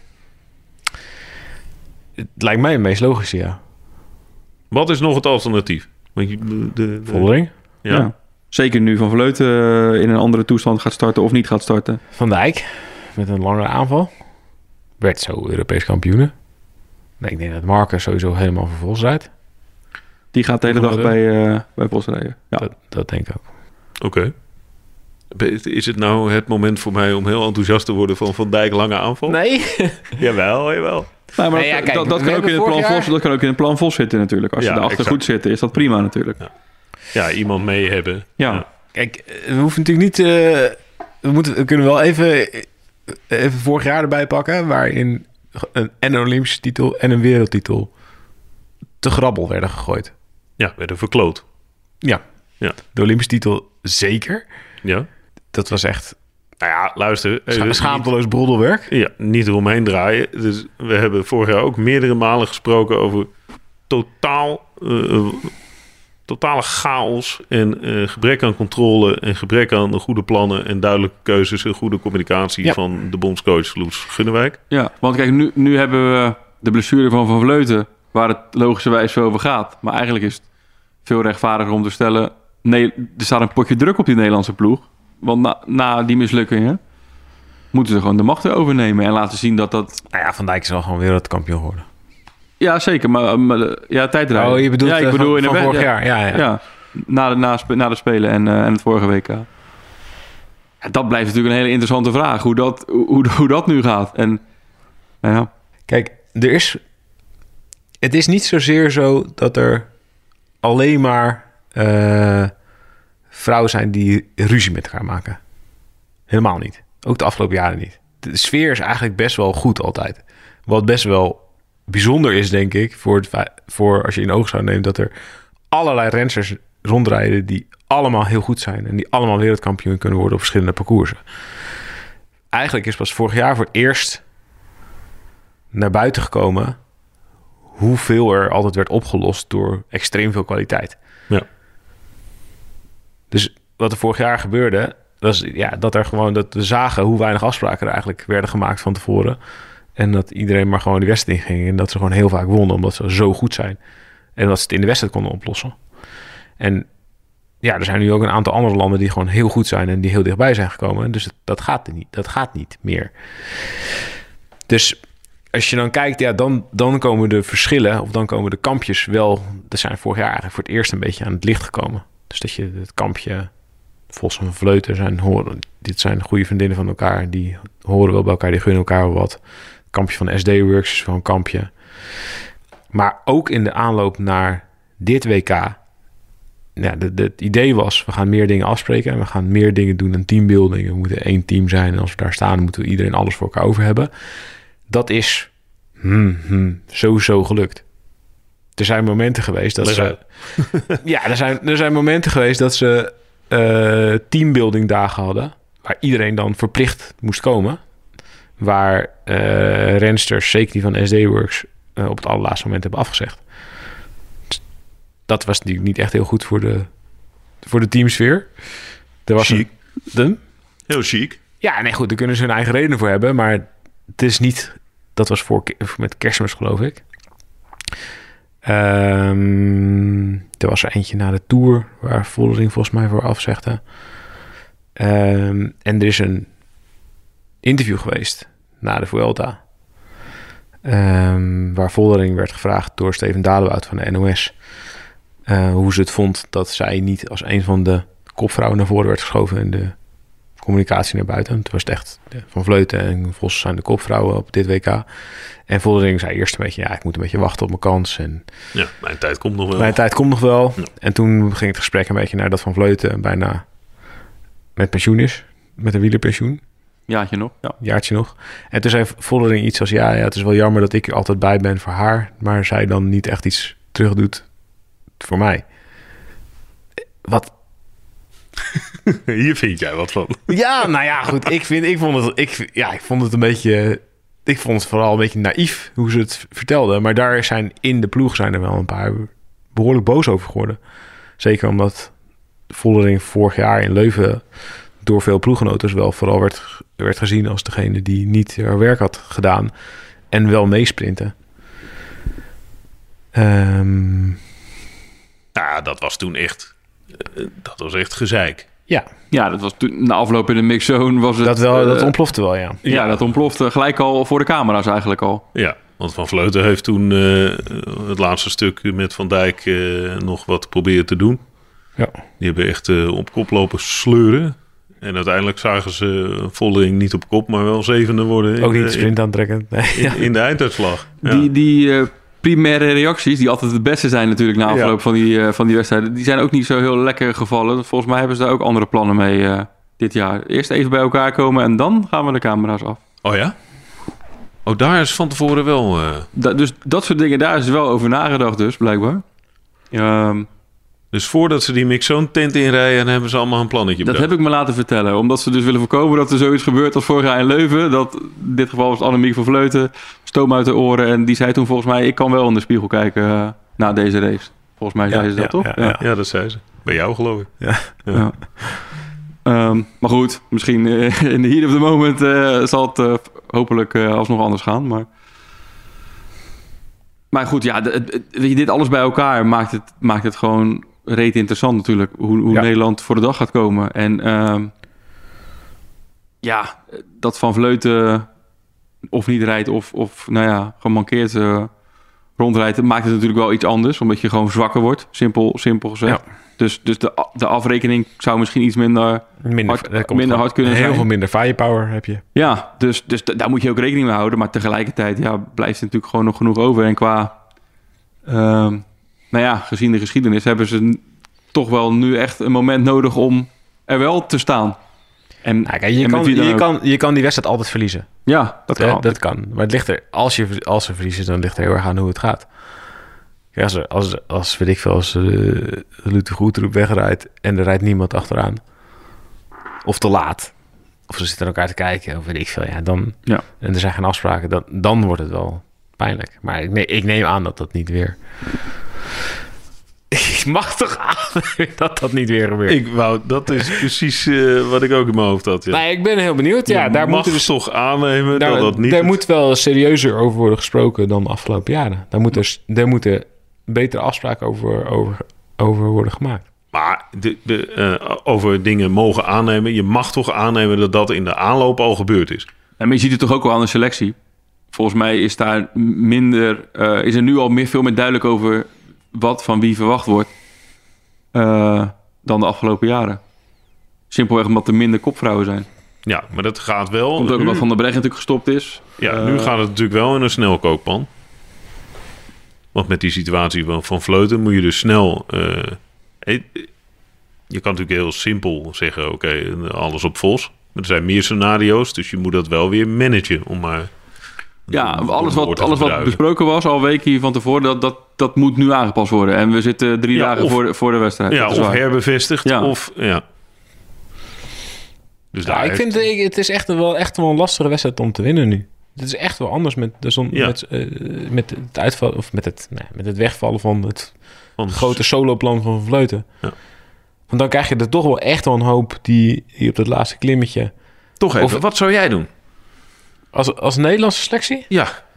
Het lijkt mij het meest logische, ja. Wat is nog het alternatief? Want je, de, de, Vollering? Ja. ja. Zeker nu Van Vleuten uh, in een andere toestand gaat starten of niet gaat starten. Van Dijk met een langere aanval. Werd zo Europees kampioen. Nee, ik denk dat Marcus sowieso helemaal voor Vos rijdt. Die gaat de hele dag bij, uh, bij Vos rijden. Ja. Dat, dat denk ik ook. Oké. Okay. Is het nou het moment voor mij om heel enthousiast te worden van Van Dijk lange aanval? Nee. jawel, jawel. Nou, maar nee, dat, ja, kijk, dat, dat, kan ook in het plan Vos, dat kan ook in het plan Vos zitten natuurlijk. Als ja, je erachter goed zit, is dat prima natuurlijk. Ja, ja iemand mee hebben. Ja. ja. Kijk, we hoeven natuurlijk niet... Uh, we, moeten, we kunnen wel even, even vorig jaar erbij pakken, waarin een, en een Olympische titel en een wereldtitel te grabbel werden gegooid. Ja, werden verkloot. Ja. ja. De Olympische titel zeker. Ja. Dat was echt... Nou ja, luister. Scha- schaamteloos broddelwerk. Ja, niet eromheen draaien. Dus we hebben vorig jaar ook meerdere malen gesproken over totaal, uh, totale chaos en uh, gebrek aan controle en gebrek aan goede plannen en duidelijke keuzes en goede communicatie ja. van de bondscoach Loes Gunnewijk. Ja, want kijk, nu, nu hebben we de blessure van Van Vleuten, waar het logischerwijs zo over gaat. Maar eigenlijk is het veel rechtvaardiger om te stellen, nee, er staat een potje druk op die Nederlandse ploeg. Want na, na die mislukkingen moeten ze gewoon de macht overnemen en laten zien dat dat... Nou ja, Van Dijk is wel gewoon wereldkampioen geworden. Ja, zeker. Maar, maar ja, tijdrijden. Oh, je bedoelt ja, ik bedoel van, in de van weg, vorig ja. jaar? Ja, ja. ja na, de, na, na de Spelen en, uh, en het vorige W K. Ja, dat blijft natuurlijk een hele interessante vraag. Hoe dat, hoe, hoe dat nu gaat. En, nou ja. Kijk, er is... Het is niet zozeer zo dat er alleen maar... Uh, vrouwen zijn die ruzie met elkaar maken. Helemaal niet. Ook de afgelopen jaren niet. De sfeer is eigenlijk best wel goed altijd. Wat best wel bijzonder is, denk ik, voor, het, voor als je in oog zou nemen dat er allerlei rensters rondrijden die allemaal heel goed zijn en die allemaal wereldkampioen kunnen worden op verschillende parcoursen. Eigenlijk is pas vorig jaar voor het eerst naar buiten gekomen hoeveel er altijd werd opgelost door extreem veel kwaliteit. Ja. Dus wat er vorig jaar gebeurde, was ja, dat er gewoon dat we zagen hoe weinig afspraken er eigenlijk werden gemaakt van tevoren. En dat iedereen maar gewoon die wedstrijd inging. En dat ze gewoon heel vaak wonnen, omdat ze zo goed zijn. En dat ze het in de wedstrijd konden oplossen. En ja, er zijn nu ook een aantal andere landen die gewoon heel goed zijn en die heel dichtbij zijn gekomen. Dus dat gaat niet. Dat gaat niet meer. Dus als je dan kijkt, ja, dan, dan komen de verschillen, of dan komen de kampjes wel. Dat zijn vorig jaar eigenlijk voor het eerst een beetje aan het licht gekomen. Dus dat je het kampje Vos en Vleuten zijn horen. Dit zijn goede vriendinnen van elkaar. Die horen wel bij elkaar, die gunnen elkaar wel wat. Het kampje van de S D-Works is wel een kampje. Maar ook in de aanloop naar dit W K. Ja, de, de, het idee was, we gaan meer dingen afspreken. En we gaan meer dingen doen dan teambuilding. We moeten één team zijn. En als we daar staan, moeten we iedereen alles voor elkaar over hebben. Dat is hmm, hmm, sowieso gelukt. Er zijn momenten geweest dat ze... ja, er zijn, er zijn momenten geweest dat ze uh, teambuilding dagen hadden. Waar iedereen dan verplicht moest komen. Waar uh, rensters, zeker die van S D-Works, uh, op het allerlaatste moment hebben afgezegd. Dat was natuurlijk niet echt heel goed voor de, voor de teamsfeer. Er was chic. Een, de, heel chic. Ja, nee goed, daar kunnen ze hun eigen redenen voor hebben. Maar het is niet Dat was voor met Kerstmis, geloof ik. Um, er was er eentje na de Tour... waar Vollering volgens mij voor afzegde. Um, en er is een interview geweest... na de Vuelta... Um, waar Vollering werd gevraagd door Steven Dalebout van de N O S... Uh, hoe ze het vond dat zij niet als een van de kopvrouwen naar voren werd geschoven... in de communicatie naar buiten. Toen was het echt ja, Van Vleuten en Vos zijn de kopvrouwen op dit W K. En Vollering zei eerst een beetje... ja, ik moet een beetje wachten op mijn kans. En ja, mijn tijd komt nog wel. Mijn tijd komt nog wel. Ja. En toen ging het gesprek een beetje naar dat Van Vleuten... bijna met pensioen is. Met een wielerpensioen. Jaartje nog, ja. Jaartje nog. En toen zei Vollering iets als... ja, ja, het is wel jammer dat ik er altijd bij ben voor haar... maar zij dan niet echt iets terug doet voor mij. Wat... Hier vind jij wat van. Ja, nou ja, goed. Ik, vind, ik, vond het, ik, ja, ik vond het een beetje... Ik vond het vooral een beetje naïef hoe ze het vertelden. Maar daar zijn in de ploeg zijn er wel een paar behoorlijk boos over geworden. Zeker omdat Vollering vorig jaar in Leuven... door veel ploeggenoten wel vooral werd, werd gezien als degene die niet haar werk had gedaan. En wel meesprinten. Um... Ja, dat was toen echt... Uh, dat was echt gezeik. Ja. Ja, dat was toen... Na afloop in de mixzone was het... Dat, wel, uh, dat ontplofte wel, ja. Ja, ja, dat ontplofte gelijk al voor de camera's eigenlijk al. Ja, want Van Vleuten heeft toen uh, het laatste stuk met Van Dijk uh, nog wat proberen te doen. Ja. Die hebben echt uh, op kop lopen sleuren. En uiteindelijk zagen ze Vollering niet op kop, maar wel zevende worden. Ook in, niet sprint aantrekken. Nee. In, in de einduitslag. Ja. Die... die uh, primaire reacties, die altijd het beste zijn natuurlijk... na afloop ja. van, die, uh, van die wedstrijden... die zijn ook niet zo heel lekker gevallen. Volgens mij hebben ze daar ook andere plannen mee uh, dit jaar. Eerst even bij elkaar komen en dan gaan we de camera's af. Oh ja? Oh, daar is van tevoren wel... Uh... Da- dus dat soort dingen, daar is wel over nagedacht dus, blijkbaar. Um, dus voordat ze die mixzone tent inrijden... hebben ze allemaal een plannetje Dat bedacht. heb ik me laten vertellen. Omdat ze dus willen voorkomen dat er zoiets gebeurt als vorig jaar in Leuven. Dat, in dit geval was Annemiek van Vleuten... stoom uit de oren. En die zei toen volgens mij... ik kan wel in de spiegel kijken uh, na deze race. Volgens mij zei ja, ze dat, ja, toch? Ja, ja. ja. ja, dat zei ze. Bij jou, geloof ik. Ja. ja. ja. Um, maar goed, misschien uh, in de heat of the moment... Uh, zal het uh, hopelijk uh, alsnog anders gaan. Maar, maar goed, ja, d- d- weet je, dit alles bij elkaar maakt het, maakt het gewoon... reet interessant natuurlijk, hoe, hoe ja. Nederland voor de dag gaat komen. En uh, ja, dat Van Vleuten of niet rijdt of, of nou ja, gemankeerd uh, rondrijdt... maakt het natuurlijk wel iets anders, omdat je gewoon zwakker wordt. Simpel, simpel gezegd. Ja. Dus, dus de, de afrekening zou misschien iets minder, minder hard, minder hard kunnen heel zijn. Heel veel minder firepower heb je. Ja, dus, dus d- daar moet je ook rekening mee houden. Maar tegelijkertijd ja, blijft er natuurlijk gewoon nog genoeg over. En qua... Uh, nou ja, gezien de geschiedenis hebben ze n- toch wel nu echt een moment nodig om er wel te staan. En, nou, kijk, je, en kan, je, je, kan, je kan die wedstrijd altijd verliezen. Ja, dat kan. Ja, dat kan. Maar het ligt er, als, je, als ze verliezen, dan ligt er heel erg aan hoe het gaat. Ja, als, er, als, als, weet ik veel, als de Lute Groetroep wegrijdt en er rijdt niemand achteraan. Of te laat. Of ze zitten elkaar te kijken, of weet ik veel. Ja, dan, ja. En er zijn geen afspraken, dan, dan wordt het wel pijnlijk. Maar ik, nee, ik neem aan dat dat niet weer... Ik mag toch aan dat dat niet weer gebeurt. Ik wou, dat is precies uh, wat ik ook in mijn hoofd had. Ja. Nee, ik ben heel benieuwd. Ja, je daar mag moet dus toch aannemen daar, dat dat niet... Daar het... moet wel serieuzer over worden gesproken dan de afgelopen jaren. Daar moeten, daar moeten betere afspraken over, over, over worden gemaakt. Maar de, de, uh, over dingen mogen aannemen. Je mag toch aannemen dat dat in de aanloop al gebeurd is. En maar je ziet het toch ook wel aan de selectie. Volgens mij is daar minder... Uh, is er nu al meer, veel meer duidelijk over... wat van wie verwacht wordt uh, dan de afgelopen jaren. Simpelweg omdat er minder kopvrouwen zijn. Ja, maar dat gaat wel... Komt ook omdat Van der Breggen natuurlijk gestopt is. Ja, uh, nu gaat het natuurlijk wel in een snelkookpan. Want met die situatie van Van Vleuten moet je dus snel... Uh, je kan natuurlijk heel simpel zeggen... oké, okay, alles op Vos. Maar er zijn meer scenario's, dus je moet dat wel weer managen om maar... Ja, alles wat, alles wat besproken was al weken hier van tevoren, dat, dat, dat moet nu aangepast worden. En we zitten drie ja, dagen of, voor, de, voor de wedstrijd. Ja, of waar. herbevestigd. Ja. Of, ja. Dus ja, ik vind het, het is echt wel, echt wel een lastige wedstrijd om te winnen nu. Het is echt wel anders met, de zon, ja. met, uh, met het uitvallen of met het, nee, met het wegvallen van het van grote soloplan van Vleuten. Ja. Want dan krijg je er toch wel echt wel een hoop die, die op dat laatste klimmetje. Toch even. Of, wat zou jij doen? Als, als Nederlandse selectie? Ja.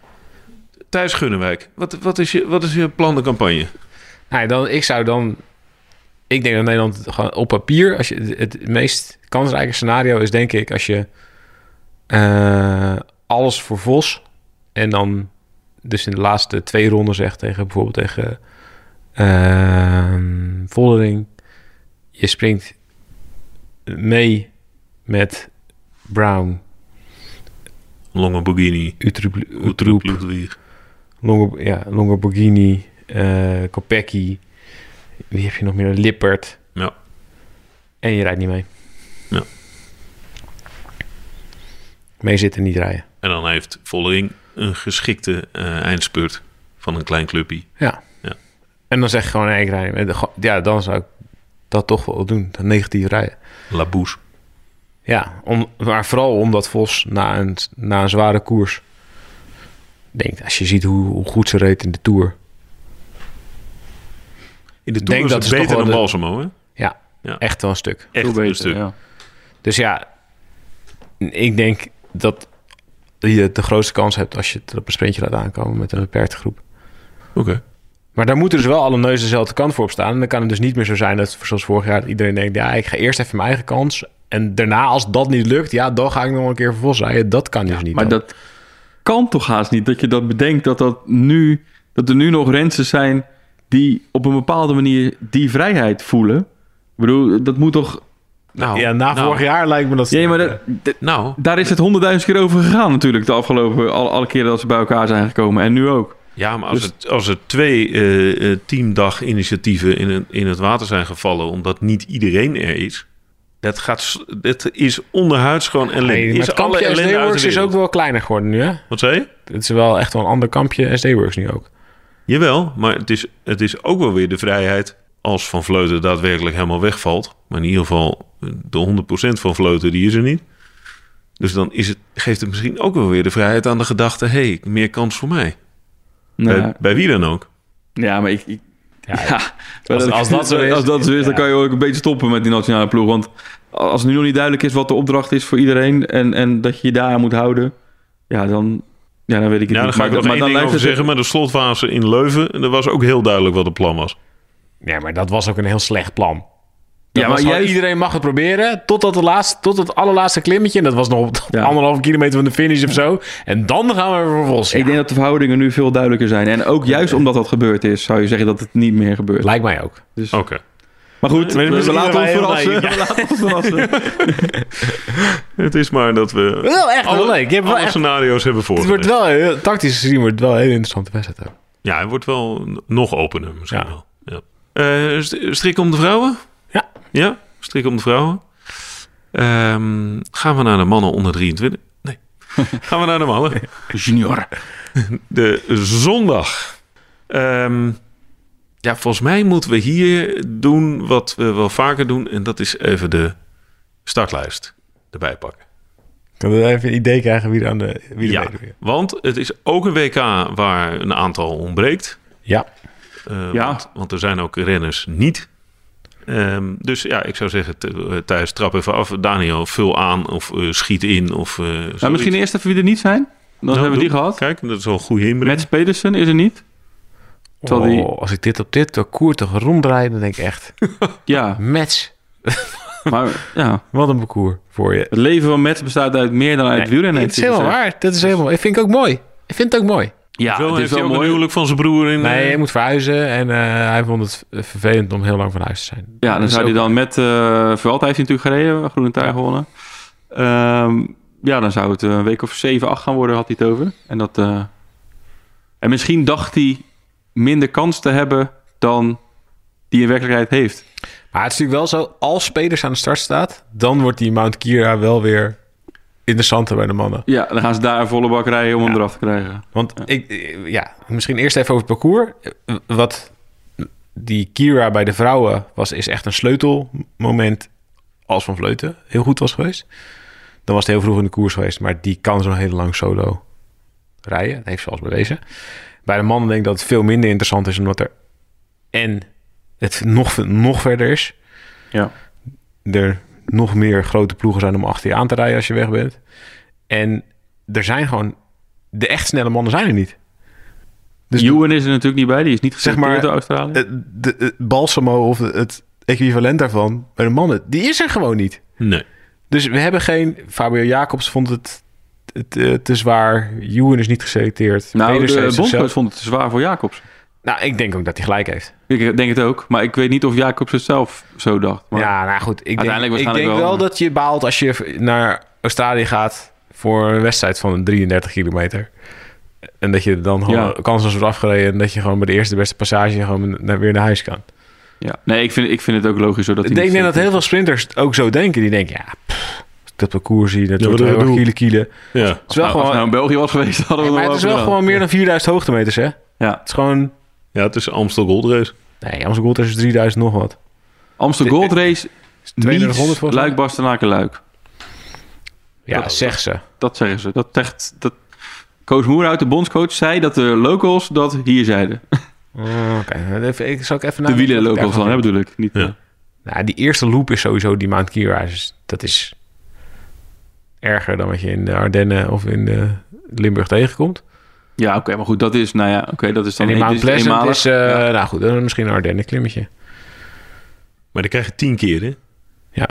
Thijs Gunnewijk, wat, wat, is je, wat is je plan de campagne? Nou, dan, ik zou dan... Ik denk dat Nederland gewoon op papier... Als je, het, het meest kansrijke scenario is, denk ik... als je uh, alles voor Vos... en dan dus in de laatste twee ronden zegt... tegen bijvoorbeeld tegen uh, Vollering... je springt mee met Brown... Longoborghini, Utroep, Longo, ja, Longoborghini, uh, Kopecky. Wie heb je nog meer? Lippert. Ja. En je rijdt niet mee. Ja. Mee zitten, niet rijden. En dan heeft Vollering een geschikte uh, eindspurt van een klein clubje. Ja. ja. En dan zeg je gewoon, nee, ik rijd niet mee. Ja, dan zou ik dat toch wel doen. Dat negatief rijden. La Bouche. Ja, om, maar vooral omdat Vos na een, na een zware koers... denkt, als je ziet hoe, hoe goed ze reed in de Tour... In de Tour is het beter dan de... Balsamo, hè? Ja, ja, echt wel een stuk. Echt beter, een stuk. Ja. Dus ja, ik denk dat je de grootste kans hebt... als je het op een sprintje laat aankomen met een beperkte groep. Oké. Okay. Maar daar moeten dus wel alle neuzen dezelfde kant voor op staan. En dan kan het dus niet meer zo zijn dat, zoals vorig jaar... dat iedereen denkt, ja, ik ga eerst even mijn eigen kans... En daarna, als dat niet lukt, ja, dan ga ik nog een keer voor Vos rijden. Dat kan dus ja, niet. Maar dan. Dat kan toch haast niet, dat je dat bedenkt... dat, dat, nu, dat er nu nog rensters zijn die op een bepaalde manier die vrijheid voelen. Ik bedoel, dat moet toch... Nou, ja, na nou, vorig jaar lijkt me dat... Ja, maar dat, dat, nou. Daar is het honderdduizend keer over gegaan natuurlijk... de afgelopen, alle, alle keren dat ze bij elkaar zijn gekomen. En nu ook. Ja, maar als, dus, het, als er twee uh, teamdag-initiatieven in, een, in het water zijn gevallen... omdat niet iedereen er is... Dat, gaat, dat is onderhuids gewoon ellende. Nee, maar het kampje S D-Works is ook wel kleiner geworden nu, hè? Wat zei je? Het is wel echt wel een ander kampje S D-Works nu ook. Jawel, maar het is, het is ook wel weer de vrijheid... als Van Vleuten daadwerkelijk helemaal wegvalt. Maar in ieder geval de honderd procent van Vleuten, die is er niet. Dus dan is het, geeft het misschien ook wel weer de vrijheid aan de gedachte... hé, hey, meer kans voor mij. Nou, bij, bij wie dan ook. Ja, maar ik... ik ja, ja. Als, als, als dat zo is, als dat zo is ja. dan kan je ook een beetje stoppen met die nationale ploeg. Want als het nu nog niet duidelijk is wat de opdracht is voor iedereen... en, en dat je je daar aan moet houden... ja, dan, ja, dan weet ik het ja, niet. Dan ga ik maar, nog één ding over zeggen. Maar de slotfase in Leuven... er was ook heel duidelijk wat het plan was. Ja, maar dat was ook een heel slecht plan. Ja, maar juist... iedereen mag het proberen tot de laatste, tot het allerlaatste klimmetje. En dat was nog ja. anderhalve kilometer van de finish of zo. En dan gaan we voor Vos. Ja. Ik denk dat de verhoudingen nu veel duidelijker zijn. En ook juist omdat dat gebeurd is, zou je zeggen dat het niet meer gebeurt. Lijkt mij ook. Dus... Oké. Okay. Maar goed, we, we, we laten ons verrassen. Ja. We laten ons verrassen. Het is maar dat we wel echt alle, wel leuk. Je hebt alle wel echt... scenario's hebben voorgelegd. Het wordt wel, heel, tactisch gezien wordt het wel een heel interessante wedstrijd ook. Ja, het wordt wel nog opener misschien ja. wel. Ja. Uh, strik om de vrouwen? Ja. Ja? Strik om de vrouwen. Um, gaan we naar de mannen onder drieëntwintig? Nee. Gaan we naar de mannen. Junior. De zondag. Um, ja, volgens mij moeten we hier doen wat we wel vaker doen. En dat is even de startlijst erbij pakken. Kan we even een idee krijgen wie er aan de wie er ja, meedoet? Want het is ook een W K waar een aantal ontbreekt. Ja. Uh, ja. Want, want er zijn ook renners niet. Um, dus ja, ik zou zeggen, Thijs, trap even af. Daniel, vul aan of uh, schiet in. Of, uh, nou, misschien eerst even wie er niet zijn. Dan nou, hebben we die gehad. Kijk, dat is wel een goede inbreng. Mats Pedersen is er niet. Oh, die... Als ik dit op dit parcours toch rondrijd, dan denk ik echt... ja. Mats. Maar ja. Wat een parcours voor je. Het leven van Mats bestaat uit meer dan uit nee, wielrennen. Het is helemaal waar. Dat is helemaal... Ik vind het ook mooi. Ik vind het ook mooi. Ja, Zo, het is wel ook mooi. Een huwelijk van zijn broer in. Nee, hij moet verhuizen en uh, hij vond het vervelend om heel lang van huis te zijn. Ja, dan dus zou hij dan met uh, Vuelta heeft hij natuurlijk gereden, Groene Trui gewonnen. Um, ja, dan zou het een week of zeven, acht gaan worden, had hij het over. En dat uh... en misschien dacht hij minder kans te hebben dan die in werkelijkheid heeft. Maar het is natuurlijk wel zo, als Pedersen aan de start staat, dan wordt die Mount Kira wel weer interessanter bij de mannen. Ja, dan gaan ze daar een volle bak rijden om ja. hem eraf te krijgen. Want ja. ik, ja, misschien eerst even over het parcours. Wat die Kira bij de vrouwen was, is echt een sleutelmoment als Van Vleuten heel goed was geweest. Dan was het heel vroeg in de koers geweest, maar die kan zo'n hele lang solo rijden. Dat heeft ze al eens bewezen. Bij de mannen denk ik dat het veel minder interessant is, omdat er en het nog, nog verder is. Ja. Er nog meer grote ploegen zijn om achter je aan te rijden als je weg bent. En er zijn gewoon... De echt snelle mannen zijn er niet. Dus Ewan is er natuurlijk niet bij. Die is niet zeg geselecteerd maar, door Australië. het, de, het Balsamo of het equivalent daarvan bij de mannen, die is er gewoon niet. Nee. Dus we hebben geen... Fabio Jacobs vond het, het uh, te zwaar. Ewan is niet geselecteerd. nou, Pedersen de heeft bondscoach zichzelf- vond het te zwaar voor Jacobs. Nou, ik denk ook dat hij gelijk heeft. Ik denk het ook. Maar ik weet niet of Jacobs het zelf zo dacht. Maar Ja, nou goed. Ik denk, uiteindelijk ik denk waarschijnlijk wel, wel. dat je baalt als je naar Australië gaat voor een wedstrijd van drieëndertig kilometer. En dat je dan gewoon Ja. kansloos wordt afgereden en dat je gewoon bij de eerste beste passage gewoon naar, weer naar huis kan. ja. Nee, ik vind, ik vind het ook logisch zo dat Ik hij denk niet dat heel veel sprinters ook zo denken. Die denken, ja, pff, als ik dat parcours zie, dat Ja, wordt wat heel doe erg ik? kiele kiele. Ja. Het is wel Nou, als gewoon... het nou in België was geweest, hadden we maar nog het is wel gedaan. gewoon meer dan vierduizend hoogtemeters, hè? Het Ja. is gewoon... Ja, het is Amstel Gold Race. Nee, Amsterdam Gold Race is drieduizend nog wat. Amsterdam Gold Race, tweeduizendhonderd niet volgens mij. Luik, Bastenaken, Luik. Ja, Dat- zeg ze. Dat zeggen ze. Dat zegt... Dat... Coach Moerhout, de bondscoach, zei dat de locals dat hier zeiden. Oh, Oké, Even- ik zal ik even De nadenken wielen wat ik locals dan, daarvan hè, vind. bedoel ik. Niet, Ja. eh, Nou, die eerste loop is sowieso die Mount Kira. Dus dat is erger dan wat je in de Ardennen of in de Limburg tegenkomt. ja, oké, maar goed, dat is... Nou ja, oké, dat is dan... En in dit Mount is Pleasant eenmalig. is... eh, Ja. Nou goed, dat is misschien een Ardennen klimmetje. Maar dan krijg je tien keer, hè? Ja.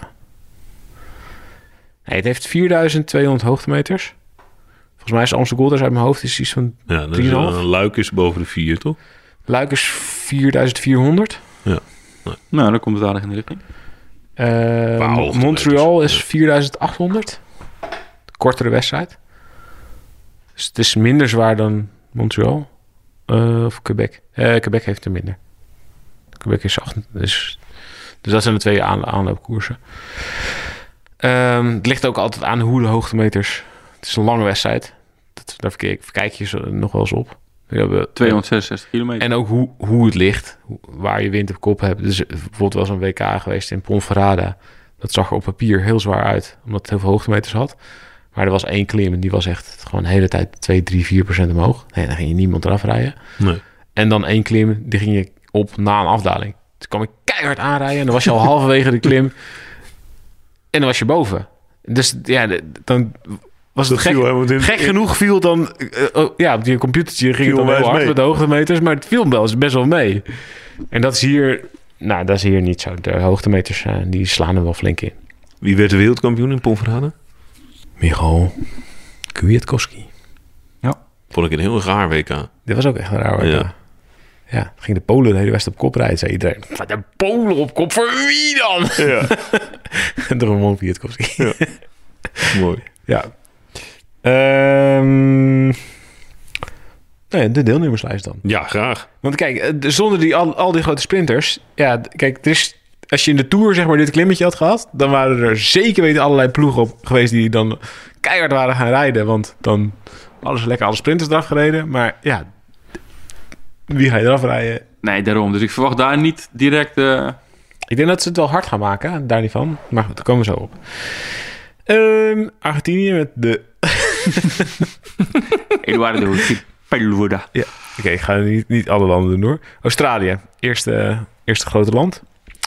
Nee, het heeft vierduizend tweehonderd hoogtemeters. Volgens mij is Amsterdam Gold Race uit mijn hoofd is iets van... Ja, dan is drieënhalf? een Luik is boven de vier, toch? Luik is vierduizend vierhonderd. Nou, dan komt het aardig in de richting. Eh, Wauw, Mo- hoogtemeters. Montreal is Ja. vierduizend achthonderd. Kortere wedstrijd. Dus het is minder zwaar dan Montreal. Eh, of Quebec. Eh, Quebec heeft er minder. Quebec is acht. Dus, dus dat zijn de twee aan, aanloopkoersen. Ehm, het ligt ook altijd aan hoe de hoogtemeters... Het is een lange wedstrijd. Dat, daar verkijk, verkijk je zo nog wel eens op. We hebben, tweehonderdzesenzestig kilometer. en ook hoe, hoe het ligt. Hoe- waar je wind op kop hebt. Dus bijvoorbeeld was een W K geweest in Ponferrada. Dat zag er op papier heel zwaar uit. Omdat het heel veel hoogtemeters had. Maar er was één klim en die was echt gewoon de hele tijd twee, drie, vier procent omhoog. Nee, dan ging je niemand eraf rijden. Nee. En dan één klim, die ging je op na een afdaling. Toen kwam ik keihard aanrijden en dan was je al halverwege de klim. En dan was je boven. Dus ja, de- dan was het Dat gek, viel helemaal in- gek genoeg viel dan... eh, oh, ja, op je computertje ging Viel het dan heel onwijs hard mee. met de hoogtemeters. Maar het viel wel eens best wel mee. En dat is hier... Nou, dat is hier niet zo. De hoogtemeters, eh, die slaan er wel flink in. Wie werd de wereldkampioen in Ponferrada? Michal Kwiatkowski. Vond ik een heel raar W K. Dit was ook echt een raar. hoor. Ja. Ja, dan ging de Polen de hele wedstrijd op kop rijden, zei iedereen. Wat de Polen op kop? Voor wie dan? Ja, En toen won Kwiatkowski. Ja. mooi. Ja. Ehm, nee, de deelnemerslijst dan. Ja, graag. Want kijk, eh, zonder die, al, al die grote sprinters... Ja, d- kijk, er is, als je in de Tour zeg maar dit klimmetje had gehad... dan waren er zeker weten allerlei ploegen op geweest... die dan keihard waren gaan rijden. Want dan hadden ze lekker alle sprinters eraf gereden. Maar ja, wie ga je eraf rijden? Nee, daarom. Dus ik verwacht daar niet direct... eh, Ik denk dat ze het wel hard gaan maken, daar niet van. Maar goed, daar komen we zo op. Ehm, Argentinië met de... Eduardo Sepúlveda. Ja, oké, ik ga niet, niet alle landen doen hoor. Australië, eerste, eerste grote land.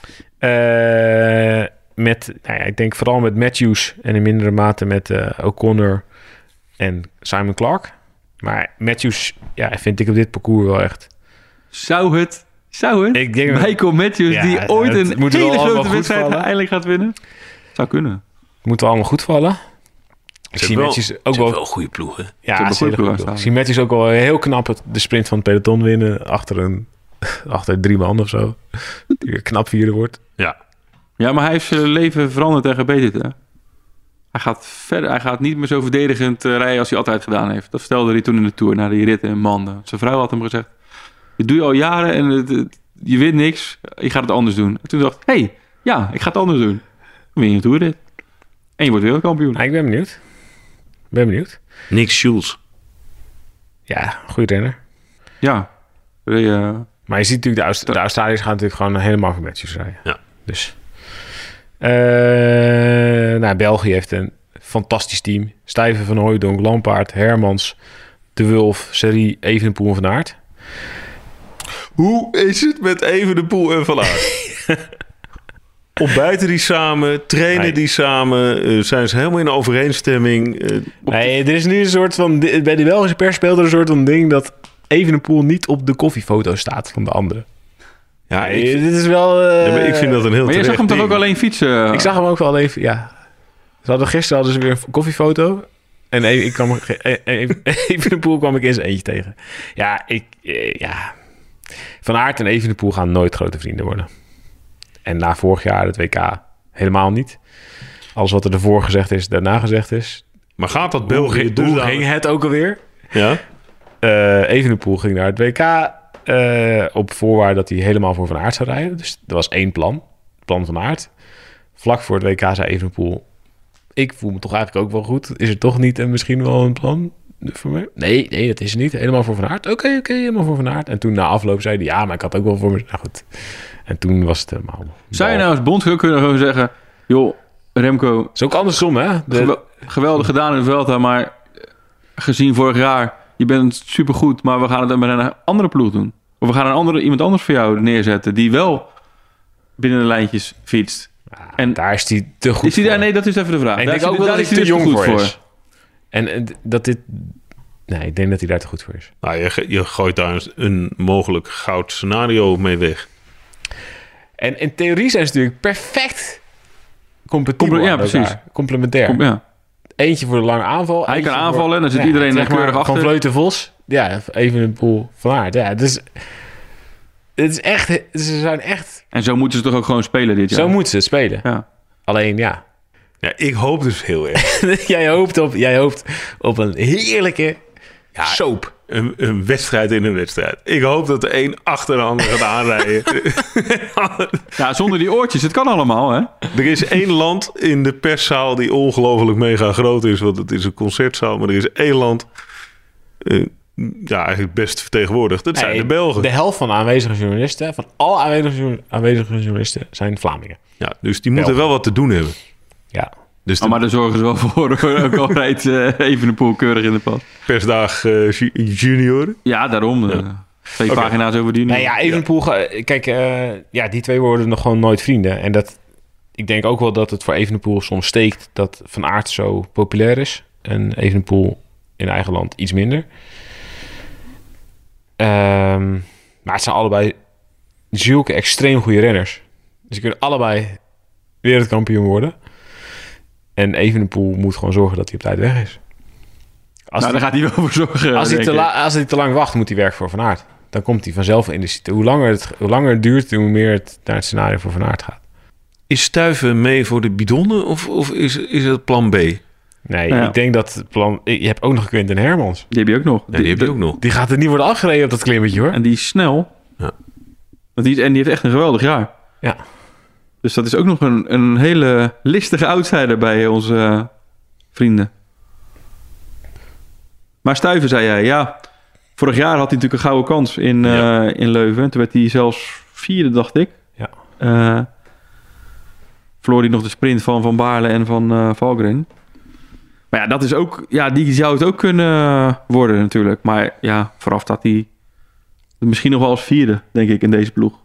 Eh, met, nou ja, ik denk vooral met Matthews en in mindere mate met eh, O'Connor en Simon Clark. Maar Matthews, ja, vind ik op dit parcours wel echt... Zou het... Zou het? Ik denk dat- Michael Matthews, Ja, die ooit het een moet wel hele allemaal grote goed wedstrijd vallen. eindelijk gaat winnen. Zou kunnen. Moeten allemaal goed vallen. Ik Ze zie hebben Matthews wel, ook ze wel... hebben wel goede ploegen. Ja, hebben zeer goede ploegen goed. staan. Ik zie Matthews ook wel heel knap het, de sprint van het peloton winnen achter, een, achter drie man of zo. Die knap vierde wordt. Ja. Ja, maar hij heeft zijn leven veranderd en gebeterd, hè? Hij gaat verder. Hij gaat niet meer zo verdedigend eh, rijden als hij altijd gedaan heeft. Dat vertelde hij toen in de Tour, na die ritten in Manden. Zijn vrouw had hem gezegd... Dit doe je al jaren en het, het- je wint niks. Je gaat het anders doen. En toen dacht ik... Hé, hey, ja, ik ga het anders doen. Dan win je een Tourrit. En je wordt wereldkampioen. Nou, ik ben benieuwd. Ik ben benieuwd. Nick Schulz. Ja, goede renner. Ja. Eh, Maar je ziet natuurlijk, de, Aust- de Australiërs gaan natuurlijk gewoon helemaal voor Matthews rijden. Ja. Dus. Eh, nou, België heeft een fantastisch team. Stuyven, Van Hooijdonk, Lampaard, Hermans, De Wulf, Serie, Evenepoel en Van Aert. Hoe is het met Evenepoel en Van Aert? Ontbijten die samen, trainen Nee. die samen, eh, zijn ze helemaal in overeenstemming. eh, Nee, er is nu een soort van... Bij de Belgische pers speelt er een soort van ding dat Evenepoel niet op de koffiefoto staat van de anderen. Ja, Nee, ik, dit is wel... uh, ja, maar ik vind dat een heel Maar je zag terecht hem toch ding. ook alleen fietsen? Ik zag hem ook wel even, ja. Ze hadden, gisteren hadden ze weer een koffiefoto. En e- ik kwam, e- e- Evenepoel kwam ik in zijn eentje tegen. Ja, ik... eh, Ja. Van Aert en Evenepoel gaan nooit grote vrienden worden. En na vorig jaar het W K helemaal niet. Alles wat er ervoor gezegd is, daarna gezegd is. Maar gaat dat Hoe, België ging- dus hoe dan- ging het ook alweer? Ja? Uh, Evenepoel ging naar het W K uh, op voorwaarde dat hij helemaal voor Van Aert zou rijden. Dus er was één plan. Het plan van Aert. Vlak voor het W K zei Evenepoel... Ik voel me toch eigenlijk ook wel goed. Is er toch niet en misschien wel een plan voor mij? Nee, nee, dat is het niet. Helemaal voor Van Aert. Oké, okay, oké, okay, helemaal voor Van Aert. En toen na afloop zei hij... Ja, maar ik had ook wel voor me... Nou goed. En toen was het helemaal... Zou je nou als bondscoach kunnen gewoon zeggen... Joh, Remco, Het is ook andersom, hè? De, gewel- geweldig gedaan in de Vuelta, maar gezien vorig jaar... Je bent supergoed, maar we gaan het dan met een andere ploeg doen. Of we gaan een andere, iemand anders voor jou neerzetten... die wel binnen de lijntjes fietst. ja, En daar is hij te goed Is hij voor. daar? Nee, dat is even de vraag. En ik Daar denk is ook hij- wel daar dat is hij te dus jong goed voor is. En, en dat dit... Nee, ik denk dat hij daar te goed voor is. Nou, je, je gooit daar een mogelijk goud scenario mee weg. En in theorie zijn ze natuurlijk perfect compatibel. Comple- ja, aan elkaar. precies. Complementair. Kom, ja. Eentje voor de lange aanval. Hij eentje kan voor- aanvallen en dan zit iedereen zeg maar, keurig achter. Van Vleuten Vos. Ja, even een pool van Aert. Ja, dus... Het is echt... Ze zijn echt... En zo moeten ze toch ook gewoon spelen dit jaar? Zo moeten ze het spelen. Ja. Alleen, ja... Ja, ik hoop dus heel erg. jij, hoopt op, jij hoopt op een heerlijke soap. Een, een wedstrijd in een wedstrijd. Ik hoop dat de een achter de ander gaat aanrijden. ja, zonder die oortjes. Het kan allemaal, hè? Er is één land in de perszaal die ongelooflijk mega groot is. Want het is een concertzaal. Maar er is één land... Uh, ja, eigenlijk best vertegenwoordigd. Dat zijn Nee, de Belgen. De helft van de aanwezige journalisten... van alle aanwezige, aanwezige journalisten... zijn Vlamingen. Ja, dus die moeten Belgen. wel wat te doen hebben. Ja. Dus de Oh, maar daar zorgen ze wel voor. Ook al rijdt uh, even een poel keurig in de pas. persdag uh, junior. Ja, daarom. Uh, twee Okay. pagina's over die. Nou ja, Evenepoel... Ja. Kijk, uh, ja, die twee worden nog gewoon nooit vrienden. En dat... Ik denk ook wel dat het voor Evenepoel soms steekt... dat Van Aert zo populair is. En Evenepoel in eigen land iets minder. Um, maar het zijn allebei zulke extreem goede renners. Dus ze kunnen allebei wereldkampioen worden. En Evenepoel moet gewoon zorgen dat hij op tijd weg is. nou, Als die, daar gaat hij wel voor zorgen. als, hij denk te ik. la, als hij te lang wacht, moet hij werken voor Van Aert. Dan komt hij vanzelf in de situatie. Hoe langer het, hoe langer het duurt, hoe meer het naar het scenario voor Van Aert gaat. Is Stuiven mee voor de bidonnen of, of is, is het plan B? Nee, Ja. ik denk dat het plan... Je hebt ook nog Quinten Hermans. Die heb je ook nog. Ja, die heb je ook nog. Die gaat er niet worden afgereden op dat klimmetje, hoor. En die is snel. Ja. Want die, is- en die heeft echt een geweldig jaar. Ja. Dus dat is ook nog een, een hele listige outsider bij onze uh, vrienden. Maar Stuyven, zei jij, ja. Vorig jaar had hij natuurlijk een gouden kans in, uh, Ja. in Leuven. Toen werd hij zelfs vierde, dacht ik. Ja. Uh, verloor hij nog de sprint van Van Baarle en van uh, Valgren. Maar ja, dat is ook... Ja, die zou het ook kunnen worden natuurlijk. Maar ja, vooraf staat hij misschien nog wel als vierde, denk ik, in deze ploeg.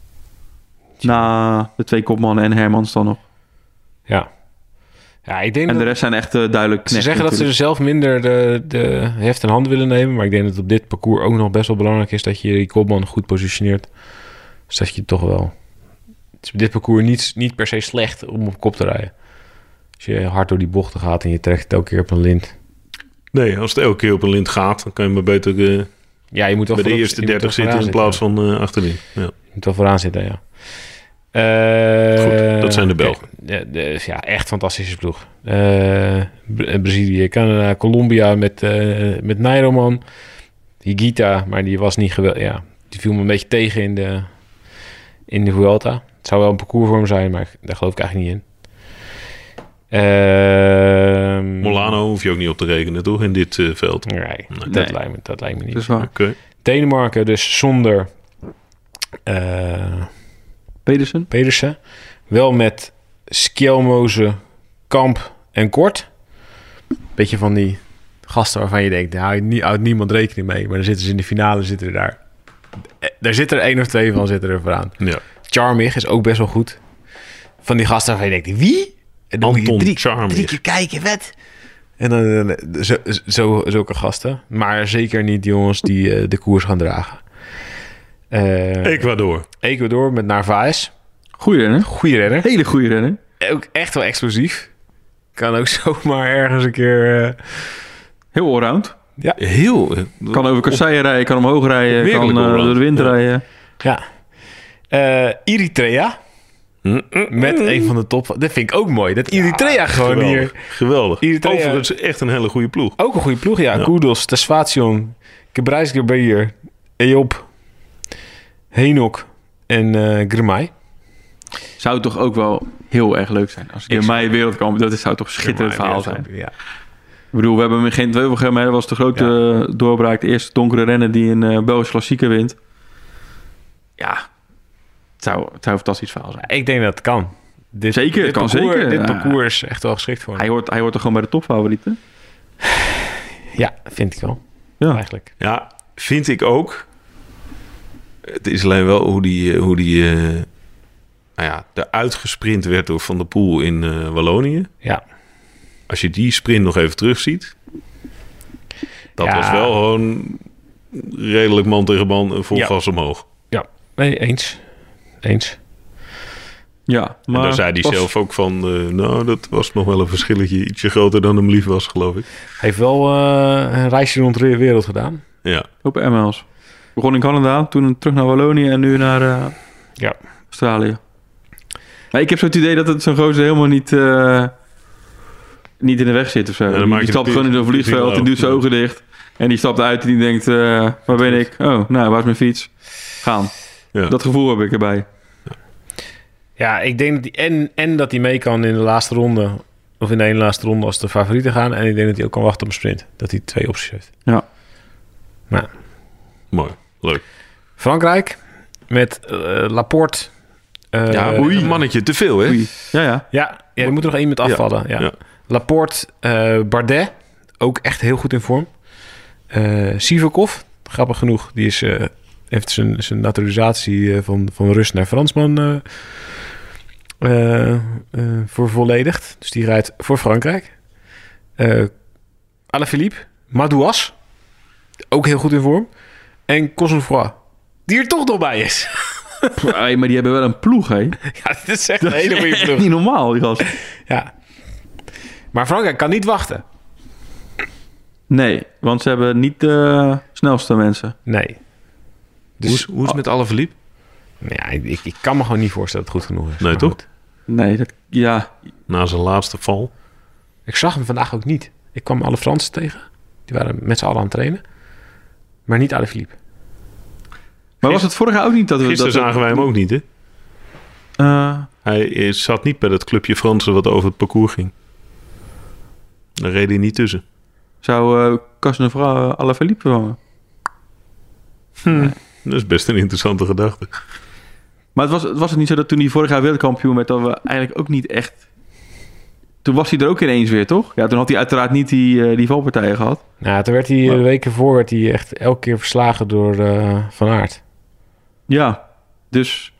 Na de twee kopmannen en Hermans dan nog. Ja. Ja, ik denk En dat... de rest zijn echt uh, duidelijk Ze knechten zeggen dat ze er natuurlijk. zelf minder de, de heft in hand willen nemen. Maar ik denk dat op dit parcours ook nog best wel belangrijk is... dat je die kopman goed positioneert. Dus dat je toch wel... Het is op dit parcours niet, niet per se slecht om op kop te rijden. Als je hard door die bochten gaat en je trekt het elke keer op een lint. Nee, als het elke keer op een lint gaat... dan kan je maar beter uh, Ja, je moet wel bij de voorop- eerste je moet wel dertig zitten... in vooraan plaats van uh, achterin. Ja. Je moet wel vooraan zitten, ja. Uh, Goed, dat zijn de Belgen. Kijk, de, de, ja, echt fantastische ploeg. Uh, Bra- Brazilië, Canada, Colombia met, uh, met Nairoman. Higuita, maar die was niet geweldig. Ja, die viel me een beetje tegen in de, in de Vuelta. Het zou wel een parcours voor hem zijn, maar daar geloof ik eigenlijk niet in. Uh, Molano hoef je ook niet op te rekenen, toch? In dit uh, veld. Nee, Nee. Dat, Nee. lijkt me, dat lijkt me niet. Dat is waar. Oké. Denemarken dus zonder uh, Pedersen? Pedersen. Wel met Skjelmoze, Kamp en Kort. Beetje van die gasten waarvan je denkt... daar houdt, nie, houdt niemand rekening mee. Maar dan zitten ze in de finale, zitten er daar... Daar zitten er één of twee van zitten er vooraan. Ja. Charmig is ook best wel goed. Van die gasten waarvan je denkt... Wie? En dan moet je Anton drie, Charmig. drie keer kijken, wat? En dan uh, zo, zo, zulke gasten. Maar zeker niet jongens die uh, de koers gaan dragen. Uh, Ecuador. Ecuador met Narvaez. Goeie renner. Goeie renner. Hele goede renner. Ook echt wel explosief. Kan ook zomaar ergens een keer... Uh... Heel allround. Ja. Heel. Kan over kasseien rijden, kan omhoog rijden, kan uh, door de wind ja. rijden. Ja. Uh, Eritrea. Met een van de top... Dat vind ik ook mooi. Dat Eritrea ja, gewoon geweldig, hier... Geweldig. Eritrea, overigens echt een hele goede ploeg. Ook een goede ploeg, ja. ja. Kudus, Tesfazion, Kebreisgebeer, Eop, Henok en uh, Grimay. Zou toch ook wel heel erg leuk zijn. Als Grimay wereldkampioen, dat is, zou toch een schitterend verhaal zijn. Ja. Ik bedoel, we hebben hem in Gent-Wevelgem, dat was de grote ja. doorbraak. De eerste donkere renner die een uh, Belgisch klassieker wint. Ja, het zou, het zou een fantastisch verhaal zijn. Ik denk dat het kan. Dit, zeker, dit het kan parcours, zeker. Dit ja. parcours is echt wel geschikt voor hem. Hij hoort, hij hoort er gewoon bij de topfavorieten. Ja, vind ik wel. Ja. Eigenlijk. Ja, vind ik ook. Het is alleen wel hoe die, hoe die uh, nou ja, eruit gesprint werd door Van der Poel in uh, Wallonië. Ja. Als je die sprint nog even terugziet. Dat ja. was wel gewoon redelijk man tegen man vol ja. gas omhoog. Ja, nee, eens. Eens. Ja, maar... En daar zei hij was... zelf ook van... Uh, nou, dat was nog wel een verschilletje. Ietsje groter dan hem lief was, geloof ik. Hij heeft wel uh, een reisje rond de wereld gedaan. Ja. Op M L's. Begon in Canada, toen terug naar Wallonië en nu naar uh, ja. Australië. Maar ik heb zo het idee dat het zo'n gozer helemaal niet... Uh, niet in de weg zit of zo. Ja, die die stapt gewoon in zo'n vliegveld, die doet zijn ogen dicht. En die stapt uit en die denkt... Uh, waar ben ik? Oh, nou, waar is mijn fiets? Gaan. Ja. Dat gevoel heb ik erbij. Ja, ik denk dat hij en, en dat hij mee kan in de laatste ronde... of in de ene laatste ronde als de favorieten gaan. En ik denk dat hij ook kan wachten op een sprint. Dat hij twee opties heeft. Ja. Nou. Mooi. Leuk. Frankrijk met uh, Laporte. Uh, ja, oei. Een mannetje te veel, hè? Oei. Ja, ja. Ja, ja, er moet er nog één met afvallen. Ja. Ja. Ja. Laporte, uh, Bardet. Ook echt heel goed in vorm. Uh, Sivakov, grappig genoeg. Die is, uh, heeft zijn, zijn naturalisatie uh, van, van Rus naar Fransman uh, uh, uh, voor volledigd. Dus die rijdt voor Frankrijk. Uh, Alaphilippe, Madouas. Ook heel goed in vorm. En Cosnefroid, die er toch nog bij is. Hey, maar die hebben wel een ploeg, hè? Ja, dit is echt een hele goede ploeg. Niet normaal, die gast. Ja. Maar Frankrijk kan niet wachten. Nee, want ze hebben niet de snelste mensen. Nee. Dus, hoe is, hoe is het met Alaphilippe? Ja, ik, ik kan me gewoon niet voorstellen dat het goed genoeg is. Nee, toch? Goed. Nee, dat... Ja. Na zijn laatste val. Ik zag hem vandaag ook niet. Ik kwam alle Fransen tegen. Die waren met z'n allen aan het trainen. Maar niet Alaphilippe. Maar was het vorig jaar ook niet dat we... Gisteren dat zagen wij hem ook niet, hè? Uh, hij zat niet bij dat clubje Fransen wat over het parcours ging. Daar reed hij niet tussen. Zou uh, Cosnefroid uh, Alaphilippe vervangen? Hm. Nee. Dat is best een interessante gedachte. Maar het was, het was het niet zo dat toen hij vorig jaar wereldkampioen werd... dat we eigenlijk ook niet echt... Toen was hij er ook ineens weer, toch? Ja, toen had hij uiteraard niet die, uh, die valpartijen gehad. Nou, toen werd hij maar... de weken voor werd hij echt elke keer verslagen door uh, Van Aert. Ja, dus...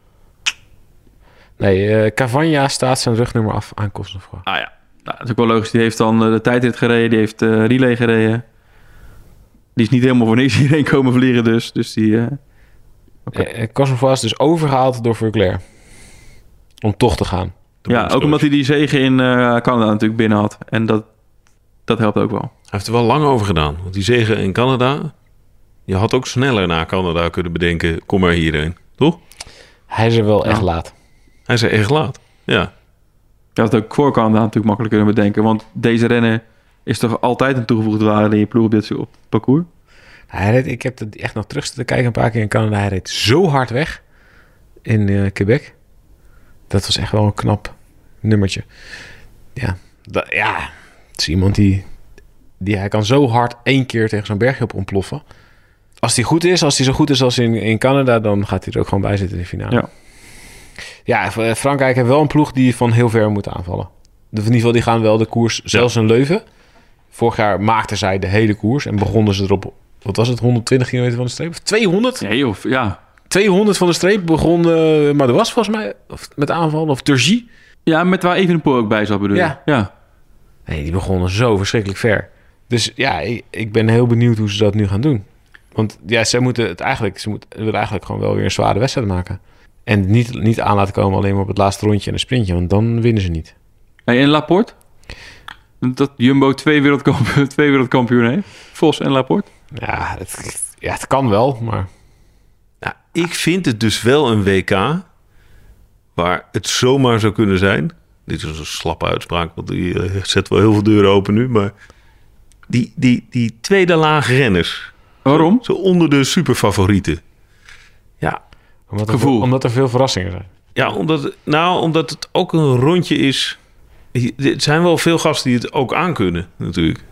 Nee, uh, Cavagna staat zijn rugnummer af aan Cosnefroid. Ah ja, nou, dat is ook wel logisch. Die heeft dan uh, de tijdrit gereden, die heeft uh, relay gereden. Die is niet helemaal voor niks hierheen komen vliegen dus. Dus die... Uh... Okay. Uh, Cosnefroid is dus overgehaald door Veuclair. Om toch te gaan. Ja, ook omdat hij die zege in uh, Canada natuurlijk binnen had. En dat, dat helpt ook wel. Hij heeft er wel lang over gedaan. Want die zege in Canada... Je had ook sneller naar Canada kunnen bedenken... Kom maar hierheen, toch? Hij is er wel ja. echt laat. Hij is er echt laat, ja. Je had ook voor Canada natuurlijk makkelijk kunnen bedenken. Want deze rennen is toch altijd een toegevoegde waarde... in je ploeg op dit op parcours? Hij reed, ik heb het echt nog terug te kijken een paar keer in Canada. Hij reed zo hard weg in uh, Quebec. Dat was echt wel een knap nummertje. Ja, dat, ja, het is iemand die, die... Hij kan zo hard één keer tegen zo'n bergje op ontploffen. Als hij goed is, als hij zo goed is als in, in Canada... dan gaat hij er ook gewoon bij zitten in de finale. Ja. Ja, Frankrijk heeft wel een ploeg die van heel ver moet aanvallen. In ieder geval, die gaan wel de koers... Zelfs in Leuven. Vorig jaar maakten zij de hele koers... en begonnen ze erop... Wat was het? honderdtwintig kilometer van de streep? Of tweehonderd? Nee, of ja... tweehonderd van de streep begon uh, Madouas volgens mij of met aanvallen of Turgie. Ja, met waar Evenepoel ook bij zat bedoel je? Ja. ja. Nee, die begonnen zo verschrikkelijk ver. Dus ja, ik, ik ben heel benieuwd hoe ze dat nu gaan doen. Want ja, ze moeten het eigenlijk, ze moeten, willen eigenlijk gewoon wel weer een zware wedstrijd maken. En niet, niet aan laten komen alleen maar op het laatste rondje en een sprintje, want dan winnen ze niet. Hey, en Laporte? Dat Jumbo twee wereldkampioen, twee wereldkampioen heeft? Vos en Laporte? Ja het, ja, het kan wel, maar... Nou, ik vind het dus wel een W K waar het zomaar zou kunnen zijn. Dit is een slappe uitspraak, want die uh, zet wel heel veel deuren open nu. Maar die, die, die tweede laag renners. Waarom? Zo onder de superfavorieten. Ja, Omdat er, Gevoel. omdat er veel verrassingen zijn. ja omdat, nou, omdat het ook een rondje is. Er zijn wel veel gasten die het ook aankunnen, natuurlijk.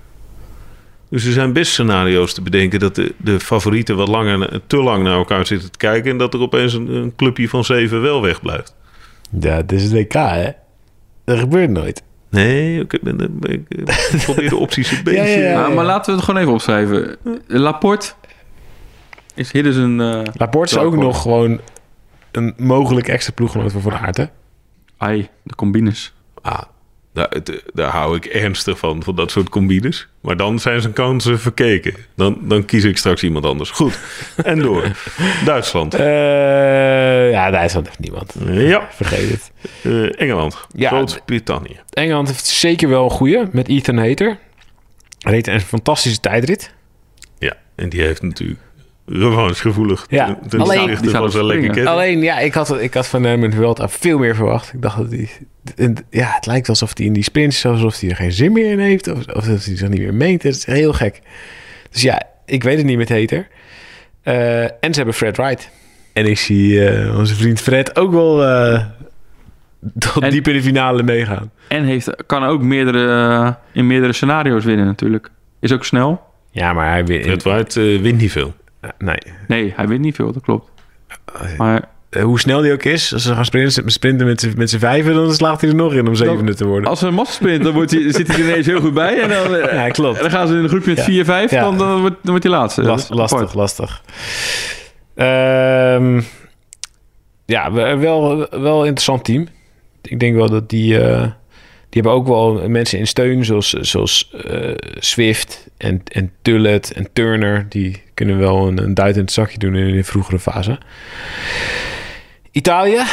Dus er zijn best scenario's te bedenken dat de, de favorieten wat langer, te lang naar elkaar zitten te kijken. En dat er opeens een, een clubje van zeven wel wegblijft. Ja, het is het W K, hè? Dat gebeurt nooit. Nee, ik, ben, ben, ik, ik probeer de opties een beetje... Ja, ja, ja. Nou, maar laten we het gewoon even opschrijven. Laporte is hidden zijn... Uh, Laporte is ook nog gewoon een mogelijk extra ploeggenoot voor Van Aert, hè? ai, de combines. Ah, daar, het- daar hou ik ernstig van, van dat soort combines. Maar dan zijn zijn kansen verkeken. Dan, dan kies ik straks iemand anders. Goed, en door. Duitsland. Uh, ja, Duitsland heeft niemand. Ja. Vergeet het. Uh, Engeland. Ja. Groot-Brittannië. Engeland heeft zeker wel een goeie met Ethan Hayter. Hij reed een fantastische tijdrit. Ja, en die heeft natuurlijk revanchegevoelig. Ja, ten- ten alleen- opzichte die zou van zijn springen. lekker ketting. Alleen, ja, ik had, ik had van hem in Vuelta veel meer verwacht. Ik dacht dat hij... en, ja, het lijkt alsof hij in die sprints... alsof hij er geen zin meer in heeft. Of, of dat hij zich niet meer meent. Het is heel gek. Dus ja, ik weet het niet met Hayter. Uh, en ze hebben Fred Wright. En ik zie uh, onze vriend Fred ook wel... Uh, tot En- diep in de finale meegaan. En heeft, kan ook meerdere, uh, in meerdere scenario's winnen natuurlijk. Is ook snel. Ja, maar hij wint... Fred Wright uh, wint niet veel. nee. Nee, hij wint niet veel, dat klopt. Maar Uh, hoe snel die ook is, als ze gaan sprinten, sprinten met z'n- met z'n vijven, dan slaagt hij er nog in om zevende Dan- te worden. als er een massasprint, dan wordt hij, zit hij er ineens heel goed bij. En dan, uh, Ja, klopt. en dan gaan ze in een groepje met Ja. vier, vijf, Ja. dan, dan, wordt, dan wordt hij laatste. Last- Dat is apart. lastig, lastig. Ehm, ja, we- wel, wel een interessant team. Ik denk wel dat die... eh, die hebben ook wel mensen in steun, zoals, zoals eh, Swift en, en Tullet en Turner. Die kunnen wel een, een duit in het zakje doen in een vroegere fase. Italië.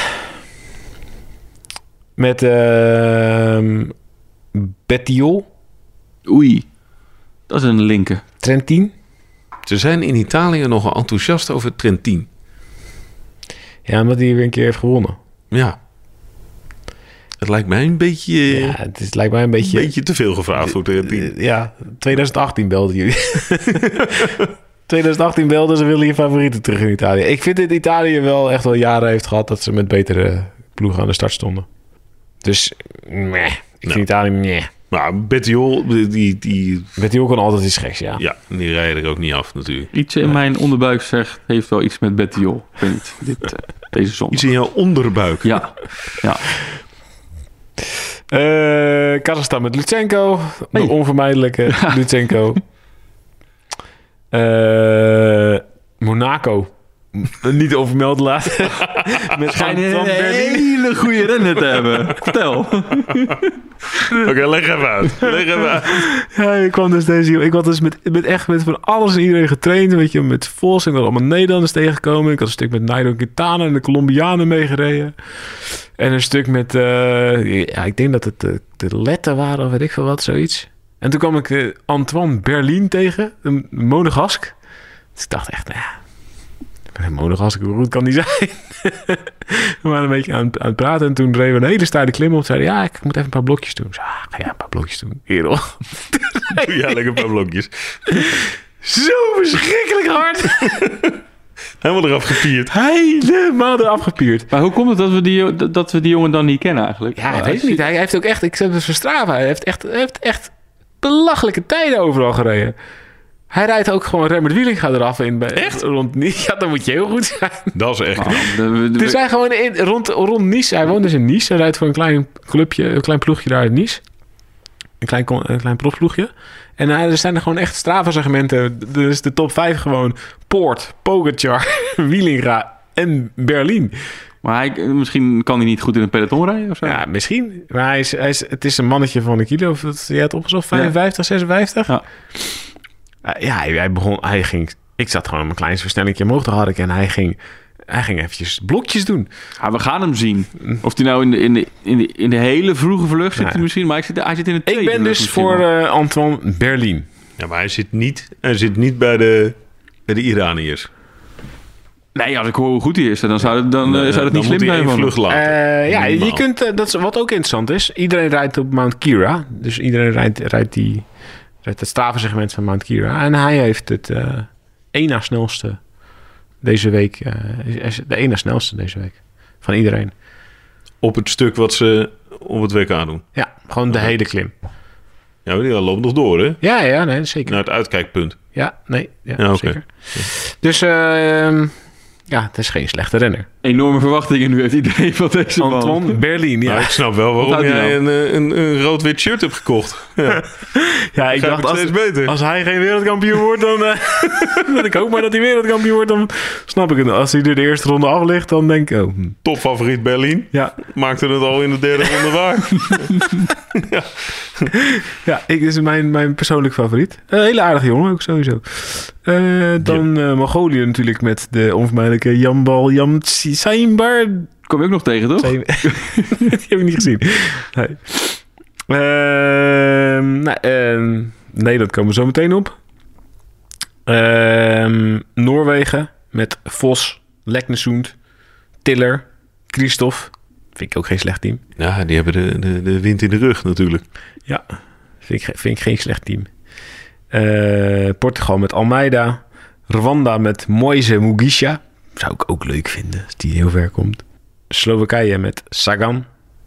Met ehm Bettiol, Oei, dat is een linker. Trentin. Ze zijn in Italië nogal enthousiast over Trentin. Ja, omdat hij weer een keer heeft gewonnen. Ja. Het lijkt mij een beetje, Ja, het is, lijkt mij een een beetje... beetje te veel gevraagd voor Trentin. Eh, Ja, twintig achttien belden jullie. twintig achttien belden ze willen je favorieten terug in Italië. Ik vind dat Italië wel echt wel jaren heeft gehad dat ze met betere ploegen aan de start stonden. Dus, meh. Ik vind Nou. Italië, meh. Maar Bettiol, die, die, Betty ook kan altijd iets geks, ja. ja, die rijden er ook niet af natuurlijk. Iets in mijn onderbuik zegt, heeft wel iets met Bettiol. Ik weet niet, dit, uh, deze zondag. Iets in jouw onderbuik. Ja, ja. Uh, Kazachstan met Lutsenko. De Hey. onvermijdelijke Lutsenko. Uh, Monaco. Niet onvermeld laten. Met Schijnt een Van Berlin. hele goede renner te hebben. Vertel. Oké, leg even uit. Leg even uit. Ja, ik kwam dus deze... Ik had dus met, met echt met van alles en iedereen getraind. Weet je, met Vos. Ik had allemaal Nederlanders tegengekomen. Ik had een stuk met Nairo Quintana en de Colombianen meegereden. En een stuk met... Uh, ja, ik denk dat het de, de Letten waren of weet ik veel wat, zoiets. En toen kwam ik uh, Antoine Berlin tegen. Een Monegask. Dus ik dacht echt, nou ja... Monegask, hoe goed kan die zijn? We waren een beetje aan, aan het praten. En toen reden we een hele stijle klim op. Zeiden, ja, ik moet even een paar blokjes doen. Ik zei, ah, ga jij een paar blokjes doen? Kerel. Doe jij lekker een paar blokjes. Zo verschrikkelijk hard. Helemaal eraf gepierd. Helemaal eraf gepierd. Maar hoe komt het dat we die, dat we die jongen dan niet kennen eigenlijk? Ja, ik Oh, weet het niet. Hij heeft ook echt... Ik heb het Strava. Hij heeft echt, hij heeft echt belachelijke tijden overal gereden. Hij rijdt ook gewoon Remmert Wielinga eraf in. Bij, Echt? Rond Nice. Ja, dan moet je heel goed zijn. Dat is echt knap. Nou, de- de- Er zijn gewoon in, rond, rond Nice. Hij woont dus in Nice. Hij rijdt voor een klein clubje, een klein ploegje daar in Nice. Een klein, kon- een klein profploegje. En uh, er zijn er gewoon echt Strava-segmenten. Er is de top vijf gewoon Poort, Pogacar, Wielinga en Berlin. Maar hij, misschien kan hij niet goed in een peloton rijden of zo. Ja, misschien. Maar hij is, hij is, het is een mannetje van een kilo. Of dat, jij hebt opgezocht, vijfenvijftig, ja. zesenvijftig? Ja, uh, ja hij, hij begon... Hij ging... Ik zat gewoon een klein versnellingje omhoog te harken en hij ging... Hij ging eventjes blokjes doen. Ja, we gaan hem zien. Of hij nou in de, in de, in de, in de hele vroege vlucht zit, nee. misschien. Maar hij zit, hij zit in de tweede. Ik ben dus voor uh, Antoine Berlin. Ja, maar hij zit niet, hij zit niet bij de, bij de Iraniërs. Nee, als ik hoor hoe goed hij is, dan zou het, dan, nee, zou het dan niet slim zijn van vlucht laten. Uh, ja, je kunt, uh, dat is wat ook interessant is. Iedereen rijdt op Mount Kira. Dus iedereen rijdt, rijdt, die, rijdt het Strava-segment van Mount Kira. En hij heeft het uh, één na snelste deze week. Uh, is de één na snelste deze week. Van iedereen. Op het stuk wat ze op het W K doen? Ja, gewoon de okay. hele klim. Ja, maar die loopt nog door, hè? Ja, ja, nee, zeker. Naar het uitkijkpunt. Ja, nee, ja, ja okay. zeker. Dus uh, ja, het is geen slechte renner. Enorme verwachtingen nu heeft iedereen van deze man. Antoine Berlin, ja. Nou, ik snap wel waarom jij nou? een, een, een rood-wit shirt hebt gekocht. Ja, ja ik dacht, als, beter. als hij geen wereldkampioen wordt, dan... Uh, ik hoop maar dat hij wereldkampioen wordt, dan snap ik het. Als hij er de eerste ronde af ligt, dan denk ik... Oh, hm. Topfavoriet Berlin. Ja. Maakte het al in de derde ronde waar. ja, ja ik, dit is mijn, mijn persoonlijk favoriet. Een hele aardige jongen, ook sowieso. Uh, dan ja. uh, Mongolië natuurlijk met de onvermijdelijke Jambal Jamtsaimbar. Kom je ook nog tegen, toch? Die heb ik niet gezien. Nee. Uh, nou, uh, Nederland komen we zo meteen op. Uh, Noorwegen met Vos, Leknesund, Tiller, Christophe. Vind ik ook geen slecht team. Ja, die hebben de, de, de wind in de rug natuurlijk. Ja, vind ik, vind ik geen slecht team. Uh, Portugal met Almeida. Rwanda met Moise Mugisha. Zou ik ook leuk vinden als die heel ver komt. Slowakije met Sagan.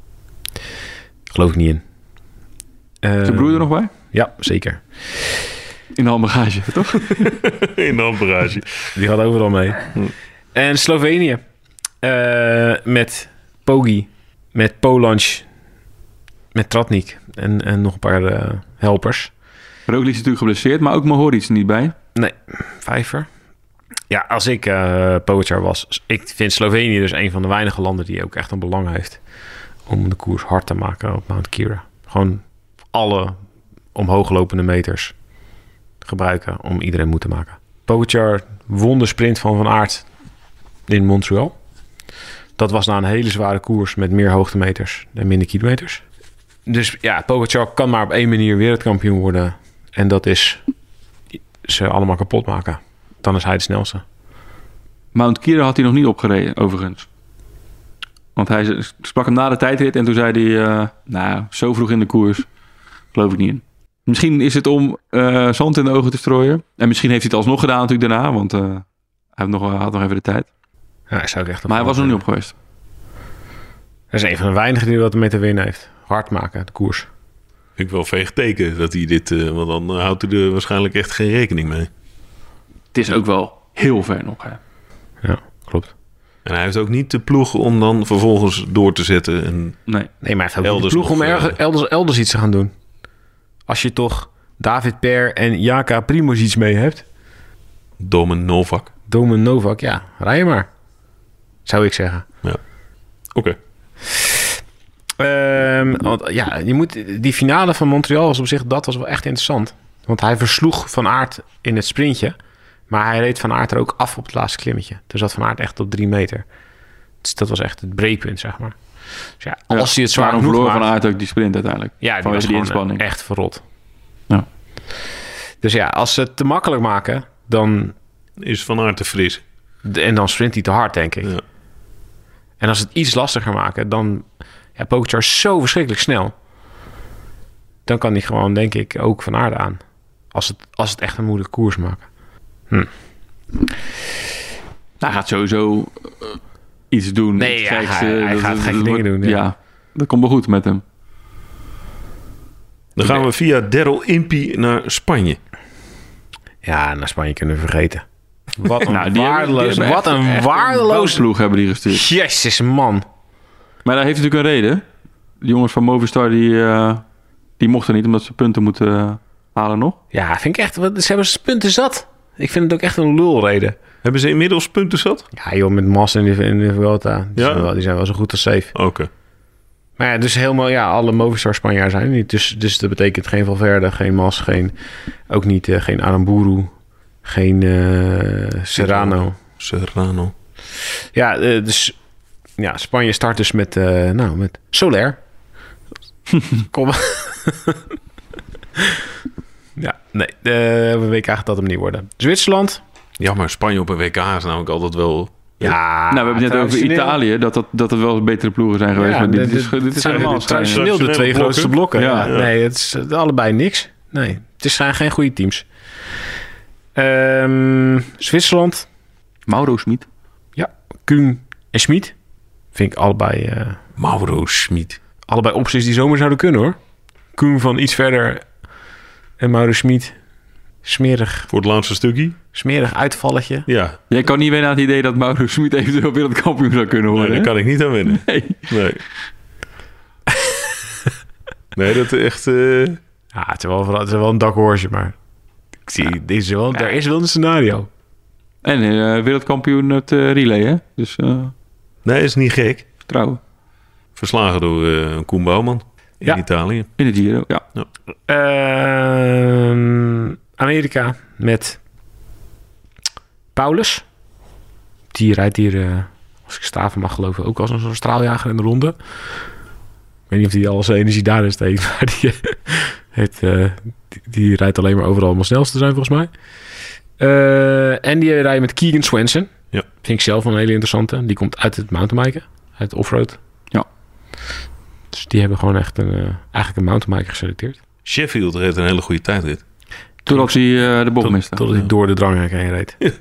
Geloof ik niet in. Uh, Is de broer er nog bij? Ja, zeker. In de handbagage, toch? In de handbagage. Die gaat overal mee. Hm. En Slovenië. Uh, met Poggi. Met Polanc. Met Tratnik. En, en nog een paar uh, helpers. Roglic is natuurlijk geblesseerd, maar ook Mohoric er niet bij. Nee, vijver. Ja, als ik uh, Pogačar was... Ik vind Slovenië dus een van de weinige landen die ook echt een belang heeft... om de koers hard te maken op Mount Kira. Gewoon alle omhooglopende meters gebruiken om iedereen moe te maken. Pogačar won de sprint van Van Aert in Montreal. Dat was na een hele zware koers met meer hoogtemeters en minder kilometers. Dus ja, Pogačar kan maar op één manier wereldkampioen worden... En dat is ze allemaal kapot maken. Dan is hij de snelste. Mount Kira had hij nog niet opgereden, overigens. Want hij sprak hem na de tijdrit en toen zei hij... Uh, nou, zo vroeg in de koers, geloof ik niet in. Misschien is het om uh, zand in de ogen te strooien. En misschien heeft hij het alsnog gedaan natuurlijk daarna. Want uh, hij had nog, had nog even de tijd. Ja, zou ik echt maar hij was er nog niet op geweest. Dat is een van de weinigen die wat ermee te winnen heeft. Hard maken, de koers. Vind ik wel veeg teken dat hij dit... Uh, want dan uh, houdt hij er waarschijnlijk echt geen rekening mee. Het is ook wel heel ver nog, hè? Ja, klopt. En hij heeft ook niet de ploeg om dan vervolgens door te zetten. En nee. nee, maar hij heeft ook de ploeg nog, om ergens, elders, elders iets te gaan doen. Als je toch David Per en Jaka Primožič mee hebt. Domen Novak. Domen Novak, ja. Rij je maar. Zou ik zeggen. Ja. Oké. Okay. Um, want ja, je moet, die finale van Montreal was op zich, dat was wel echt interessant. Want hij versloeg Van Aert in het sprintje. Maar hij reed Van Aert er ook af op het laatste klimmetje. Dus zat Van Aert echt op drie meter. Dus dat was echt het breekpunt, zeg maar. Dus ja, als ja, hij het zwaar genoeg verloor Van Aert ook die sprint uiteindelijk. Ja, die was die inspanning echt verrot. Ja. Dus ja, als ze het te makkelijk maken, dan... Is Van Aert te fris. En dan sprint hij te hard, denk ik. Ja. En als ze het iets lastiger maken, dan... Ja, Pogačar is zo verschrikkelijk snel. Dan kan hij gewoon, denk ik, ook Van Aert aan. Als het, als het echt een moeilijke koers maken. Hm. Hij gaat sowieso uh, iets doen. Nee, ja, geks, hij, uh, hij dat, gaat dat, gekke dat, dingen dat, doen. Ja. ja, dat komt wel goed met hem. Dan gaan we via Daryl Impey naar Spanje. Ja, naar Spanje kunnen we vergeten. Wat een nou, waardeloos, hebben, wat een echt, waardeloos ploeg hebben die gestuurd. Jezus, man. Maar dat heeft natuurlijk een reden. De jongens van Movistar die, uh, die mochten niet omdat ze punten moeten uh, halen nog. Ja, vind ik echt. Ze hebben punten zat. Ik vind het ook echt een lulreden. Hebben ze inmiddels punten zat? Ja, joh, met Mas en de, en de Vuelta. Die, Ja. zijn wel, die zijn wel zo goed als safe. Oké. Okay. Maar ja, dus helemaal, ja, alle Movistar Spanjaarden zijn er niet. Dus, dus dat betekent geen Valverde, geen Mas, geen, ook niet, uh, geen Aramburu, geen uh, Serrano. Serrano. Ja, uh, dus ja, Spanje start dus met, uh, nou, met Soler. Kom. Ja, nee, de W K gaat dat hem niet worden. Zwitserland. Ja, maar Spanje op een W K is namelijk altijd wel... Ja, nou, we hebben het net over Italië, dat, dat, dat er wel eens betere ploegen zijn geweest. Ja, maar dit, dit, is, dit is zijn helemaal de, traditioneel de twee blokken. grootste blokken. Ja, Ja. Nee, het is uh, allebei niks. Nee, het is, zijn geen goede teams. Um, Zwitserland. Mauro Schmid. Ja, Kuhn en Schmid. Vind ik allebei... Uh, Mauro Schmid. Allebei opties die zomaar zouden kunnen, hoor. Kuhn van iets verder en Mauro Schmid. Smerig. Voor het laatste stukje? Smerig uitvalletje. Ja. Jij kan niet wennen aan het idee dat Mauro Schmid eventueel wereldkampioen zou kunnen worden. Nee, daar kan ik niet aan winnen. Nee. Nee. Nee, dat is echt... Uh... Ja, het is wel, het is wel een dakhoortje, maar... Ik zie, ja. dit is wel, daar is wel een scenario. En uh, wereldkampioen het uh, relay, hè? Dus... Uh, nee, is niet gek. Vertrouwen. Verslagen door uh, Koen Bouwman in ja. Italië. In de Giro, ja. ja. Uh, Amerika met Paulus. Die rijdt hier, uh, als ik Staven mag geloven, ook als een zo'n straaljager in de ronde. Ik weet niet of hij al zijn energie daarin steekt, maar die, het, uh, die, die rijdt alleen maar overal om het snelste te zijn, volgens mij. Uh, en die rijdt met Keegan Swenson. Ja. Vind ik zelf een hele interessante. Die komt uit het mountainbiken, uit het offroad. Ja. Dus die hebben gewoon echt een, uh, eigenlijk een mountainbiker geselecteerd. Sheffield reed een hele goede tijdrit. Totdat hij uh, de bocht Tot, miste. Totdat hij door de dranghek heen reed. Ja.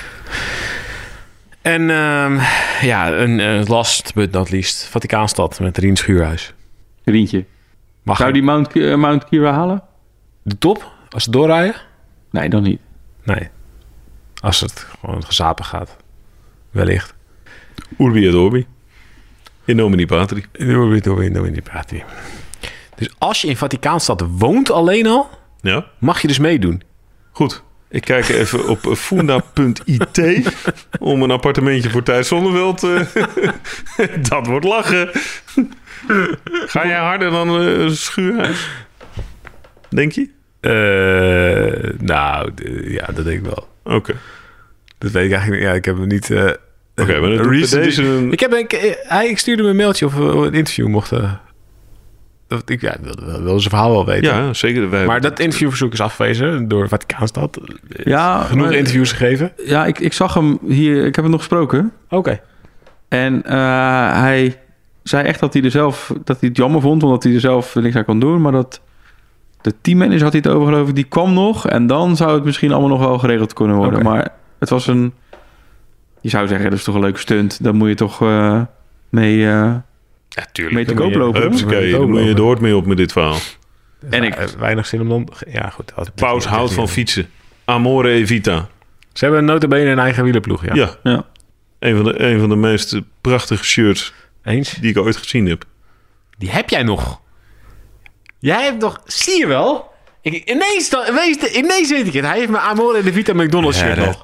En um, ja, een uh, last but not least. Vaticaanstad met Rien Schuurhuis. Rientje. Mag Zou die Mount, uh, Mount Kira halen? De top? Als ze doorrijden? Nee, dan niet. Nee. Als het gewoon gezapen gaat. Wellicht. Urbi et Orbi. In nomine patri. In Urbi et Orbi, in nomine patri. Dus als je in Vaticaanstad woont alleen al, ja. mag je dus meedoen. Goed. Ik kijk even op funda punt I T om een appartementje voor Thijs Zonneveld. Uh, dat wordt lachen. Ga jij harder dan uh, Schuurhuis? Denk je? Uh, nou, d- ja, dat denk ik wel. Oké. Okay. Dat weet ik eigenlijk niet. Ja, ik heb hem niet... Uh, Oké, okay, maar dan recent... deze een... Ik heb een... Hij ik stuurde me een mailtje of we een interview mochten... Dat ik ja, wilde wel, wel zijn verhaal wel weten. Ja, zeker. Wij maar dat interviewverzoek is afgewezen door Vaticaanstad. Ja, genoeg maar, interviews gegeven. Ja, ik, ik zag hem hier. Ik heb hem nog gesproken. Oké. Okay. En uh, hij zei echt dat hij er zelf dat hij het jammer vond, omdat hij er zelf niks aan kon doen, maar dat de teammanager had hij het over, geloof ik, die kwam nog en dan zou het misschien allemaal nog wel geregeld kunnen worden. Okay. Maar het was een, je zou zeggen, dat is toch een leuke stunt. Dan moet je toch uh, mee. Uh, Ja, tuurlijk. Mee te koop lopen. Hupsakee, dan moet je er hoort mee op met dit verhaal. En ik weinig zin om dan... Ja, goed. Paus houdt van fietsen. Amore e vita. Ze hebben nota bene een eigen wielerploeg, ja. Ja. ja. Een, van de, een van de meest prachtige shirts Eens? die ik ooit gezien heb. Die heb jij nog. Jij hebt nog... Zie je wel? Ik, ineens, dan, ineens, ineens weet ik het. Hij heeft mijn Amore de Vita McDonald's shirt nog.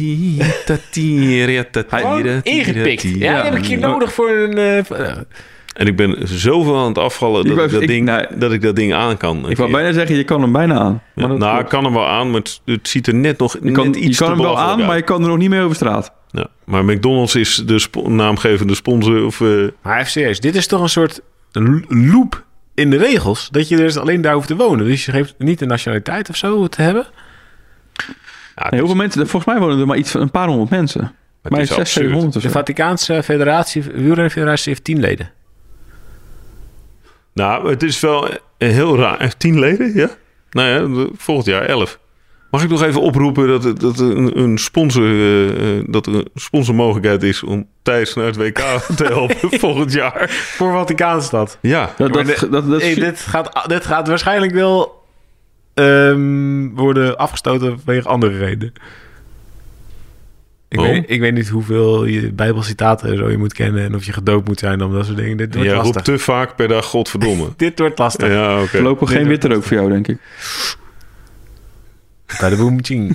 Ingepikt. Ja, dat heb ik hier nodig voor een... Uh, en ik ben zoveel aan het afvallen dat ik, ik, dat, ik, ding, nou, dat ik dat ding aan kan. Ik wou bijna zeggen, je kan hem bijna aan. Ja, maar nou, ik kan hem wel aan, maar het, het ziet er net nog je kan, net iets Je kan hem wel aan, uit. Maar je kan er nog niet mee over straat. Ja, maar McDonald's is de sp- naamgevende sponsor. Of, uh... Maar even serieus, dit is toch een soort loop in de regels? Dat je dus alleen daar hoeft te wonen. Dus je geeft niet de nationaliteit of zo te hebben? Ja, nee, heel veel mensen, volgens mij wonen er maar iets van een paar honderd mensen. Maar, maar zes, zevenhonderd of zo. De Vaticaanse federatie, wielrenfederatie heeft tien leden. Nou, het is wel heel raar. Heeft tien leden, ja? Nou ja, volgend jaar elf. Mag ik nog even oproepen dat, dat een, een sponsor, uh, dat er een sponsormogelijkheid is om Thijs naar het W K te helpen volgend jaar? Voor Vaticaanstad. Ja. Dat, dat, de, dat, dat, hey, dit, gaat, dit gaat waarschijnlijk wel um, worden afgestoten vanwege andere redenen. Ik, oh. weet, ik weet niet hoeveel je bijbelcitaten zo je moet kennen en of je gedoopt moet zijn om dat soort dingen. Dit wordt ja, lastig. roept te vaak per dag godverdomme. Dit wordt lastig. Ja, okay. Voorlopig geen witte rook voor jou, denk ik. Bij de boomching.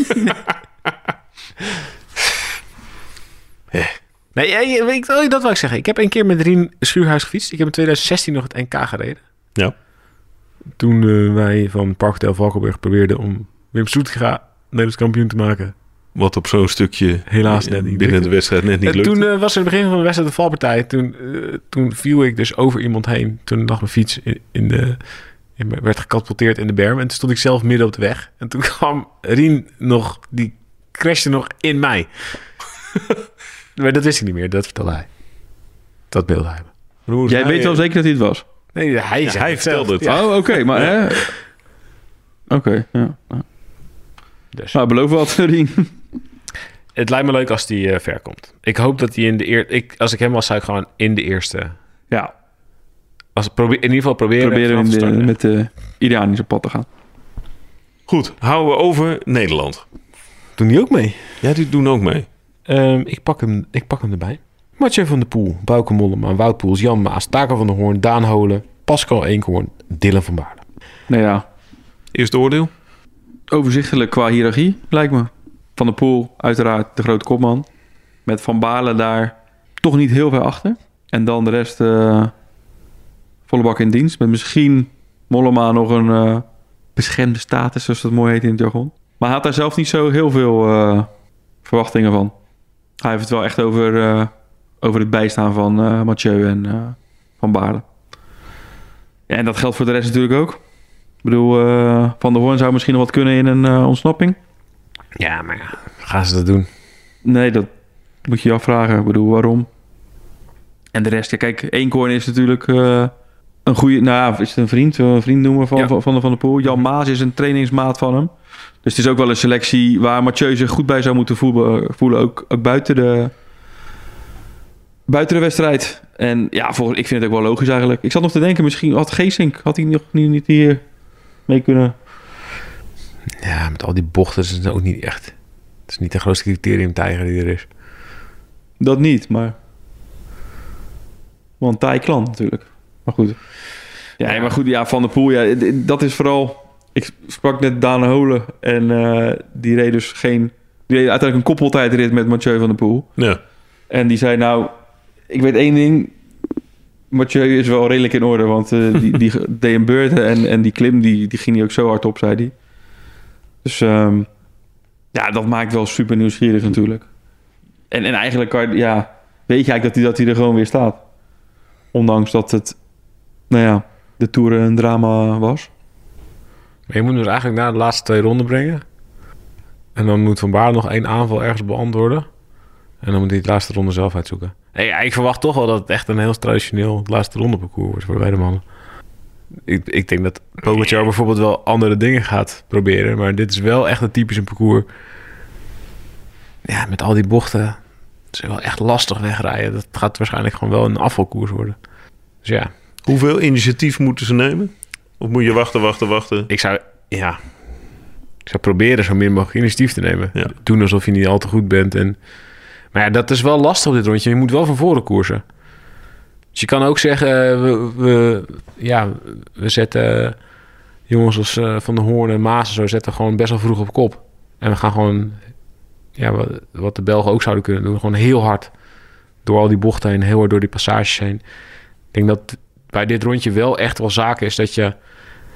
Nee, ja, weet je, dat wil ik zeggen. Ik heb een keer met Rien Schuurhuis gefietst. Ik heb in twintig zestien nog het N K gereden. Ja. Toen uh, wij van Parkhotel Valkenburg probeerden om Wim Soetinga Nederlands kampioen te maken. Wat op zo'n stukje helaas net niet binnen de wedstrijd net niet en lukt. Toen uh, was er het begin van de wedstrijd de valpartij. Toen, uh, toen viel ik dus over iemand heen. Toen lag mijn fiets in, in de... in, werd gecatapulteerd in de berm. En toen stond ik zelf midden op de weg. En toen kwam Rien nog... Die crashte nog in mij. Maar dat wist ik niet meer. Dat vertelde hij. Dat beeld hij me. Jij weet wel zeker dat hij het was? Nee, hij, ja, hij vertelde het. Ja. Oh, oké. Okay, maar hè... Oké, okay, ja. Dus. Nou, beloof wat, Rien. Het lijkt me leuk als hij uh, ver komt. Ik hoop dat hij in de eerste... Als ik hem was, zou ik gewoon in de eerste... Ja. Als probeer, in ieder geval proberen... Proberen in de, met de Irianische pad te gaan. Goed, houden we over Nederland. Doen die ook mee? Ja, die doen ook mee. Um, ik, pak hem, ik pak hem erbij. Mathieu van der Poel, Bauke Mollema, Wout Poels, Jan Maas, Taco van der Hoorn, Daan Holen, Pascal Eenkhoorn, Dylan van Baarle. Nou ja. Eerste oordeel? Overzichtelijk qua hiërarchie, lijkt me. Van der Poel, uiteraard de grote kopman. Met Van Baarle daar toch niet heel ver achter. En dan de rest uh, volle bak in dienst. Met misschien Mollema nog een uh, beschermde status, zoals dat mooi heet in het jargon. Maar hij had daar zelf niet zo heel veel uh, verwachtingen van. Hij heeft het wel echt over, uh, over het bijstaan van uh, Mathieu en uh, Van Baarle. Ja, en dat geldt voor de rest natuurlijk ook. Ik bedoel, uh, Van der Hoorn zou misschien nog wat kunnen in een uh, ontsnapping. Ja, maar ja, gaan ze dat doen? Nee, dat moet je je afvragen. Ik bedoel, waarom? En de rest, ja, kijk, Eenkhoorn is natuurlijk uh, een goede... Nou ja, is het een vriend? Een vriend noemen van, ja. van, van, de, van der Poel. Jan Maas is een trainingsmaat van hem. Dus het is ook wel een selectie waar Mathieu zich goed bij zou moeten voelen. voelen ook, ook buiten de... Buiten de wedstrijd. En ja, volgens, ik vind het ook wel logisch eigenlijk. Ik zat nog te denken, misschien had Geesink... Had hij nog niet, niet hier mee kunnen... Ja, met al die bochten is het ook niet echt... Het is niet de grootste criterium-tijger die er is. Dat niet, maar... Want Thai-klant natuurlijk. Maar goed. Ja, ja, maar goed, ja, Van der Poel, ja, dat is vooral... Ik sprak net Daan Holen en uh, die reed dus geen... Die reed uiteindelijk een koppeltijdrit met Mathieu van der Poel. Ja. En die zei nou... Ik weet één ding... Mathieu is wel redelijk in orde, want uh, die, die deed een beurt en, en die klim die, die ging hij ook zo hard op, zei hij. Dus um, ja, dat maakt wel super nieuwsgierig natuurlijk. En, en eigenlijk kan, ja, weet je eigenlijk dat hij, dat hij er gewoon weer staat. Ondanks dat het, nou ja, de Tour een drama was. Maar je moet dus eigenlijk naar de laatste twee ronden brengen. En dan moet Van Baarle nog één aanval ergens beantwoorden. En dan moet hij het laatste ronde zelf uitzoeken. Nee, ja, ik verwacht toch wel dat het echt een heel traditioneel laatste ronde parcours wordt voor beide mannen. Ik, ik denk dat Pogacar bijvoorbeeld wel andere dingen gaat proberen. Maar dit is wel echt een typisch een parcours. Ja, met al die bochten. Het is wel echt lastig wegrijden. Dat gaat waarschijnlijk gewoon wel een afvalkoers worden. Dus ja. Hoeveel initiatief moeten ze nemen? Of moet je wachten, wachten, wachten? Ik zou, ja... Ik zou proberen zo min mogelijk initiatief te nemen. Ja. Doen alsof je niet al te goed bent. En... Maar ja, dat is wel lastig op dit rondje. Je moet wel van voren koersen. Dus je kan ook zeggen... We, we, ja, we zetten jongens als uh, Van der Hoorn en Maas en zo... zetten gewoon best wel vroeg op kop. En we gaan gewoon... Ja, wat, wat de Belgen ook zouden kunnen doen. Gewoon heel hard door al die bochten heen. Heel hard door die passages heen. Ik denk dat bij dit rondje wel echt wel zaken is... dat je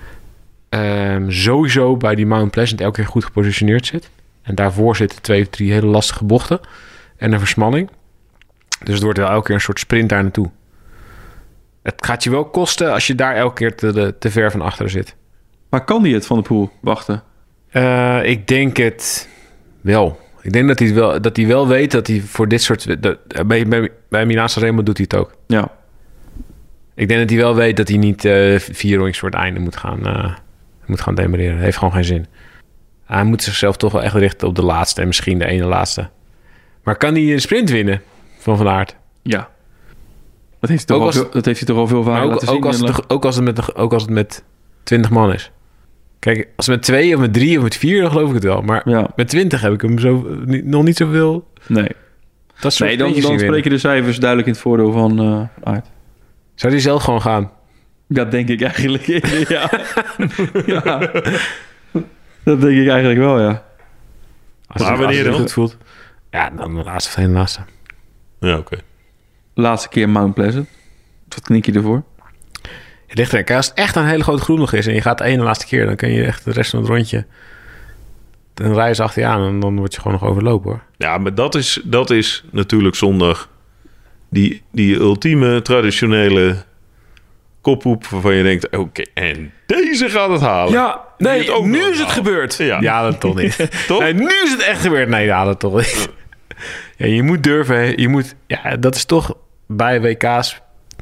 um, sowieso bij die Mount Pleasant... elke keer goed gepositioneerd zit. En daarvoor zitten twee, drie hele lastige bochten... en een versmalling. Dus het wordt wel elke keer een soort sprint daar naartoe. Het gaat je wel kosten als je daar elke keer te, te ver van achteren zit. Maar kan die het Van der Poel wachten? Uh, ik denk het wel. Ik denk dat hij wel, dat hij wel weet dat hij voor dit soort... Dat, bij bij, bij Milaan-San Remo doet hij het ook. Ja. Ik denk dat hij wel weet dat hij niet uh, vier rondjes voor het einde moet gaan, uh, moet gaan demereren. Dat heeft gewoon geen zin. Hij moet zichzelf toch wel echt richten op de laatste... en misschien de ene laatste. Maar kan hij een sprint winnen van Van Aert? Ja. Dat heeft hij toch, al, veel, dat heeft hij toch al veel vaker laten zien. Ook als, het, ook, als het met, ook als het met twintig man is. Kijk, als het met twee of met drie of met vier, dan geloof ik het wel. Maar ja. met twintig heb ik hem zo, niet, nog niet zoveel... Nee. Dat nee, dan, dan spreken de cijfers duidelijk in het voordeel van uh, Aert. Zou hij zelf gewoon gaan? Dat denk ik eigenlijk. ja. ja. Dat denk ik eigenlijk wel, ja. Als Maar het, wanneer als het dan? goed voelt. Ja, dan de laatste of de laatste. Ja, oké. Laatste keer Mount Pleasant. Wat knik je ervoor? Het ligt er. Als het echt een hele grote groen nog is en je gaat de ene laatste keer, dan kun je echt de rest van het rondje. Dan rij je achter je aan en dan word je gewoon nog overlopen hoor. Ja, maar dat is, dat is natuurlijk zondag die, die ultieme traditionele kophoep waarvan je denkt, oké, en deze gaat het halen. Ja, Die nee, het ook nu nog is het haalt. gebeurd. Ja. Ja, dat toch niet. Toch? Nee, nu is het echt gebeurd. Nee, ja, dat toch niet. Ja, je moet durven. hè. Je moet, ja, dat is toch bij W K's.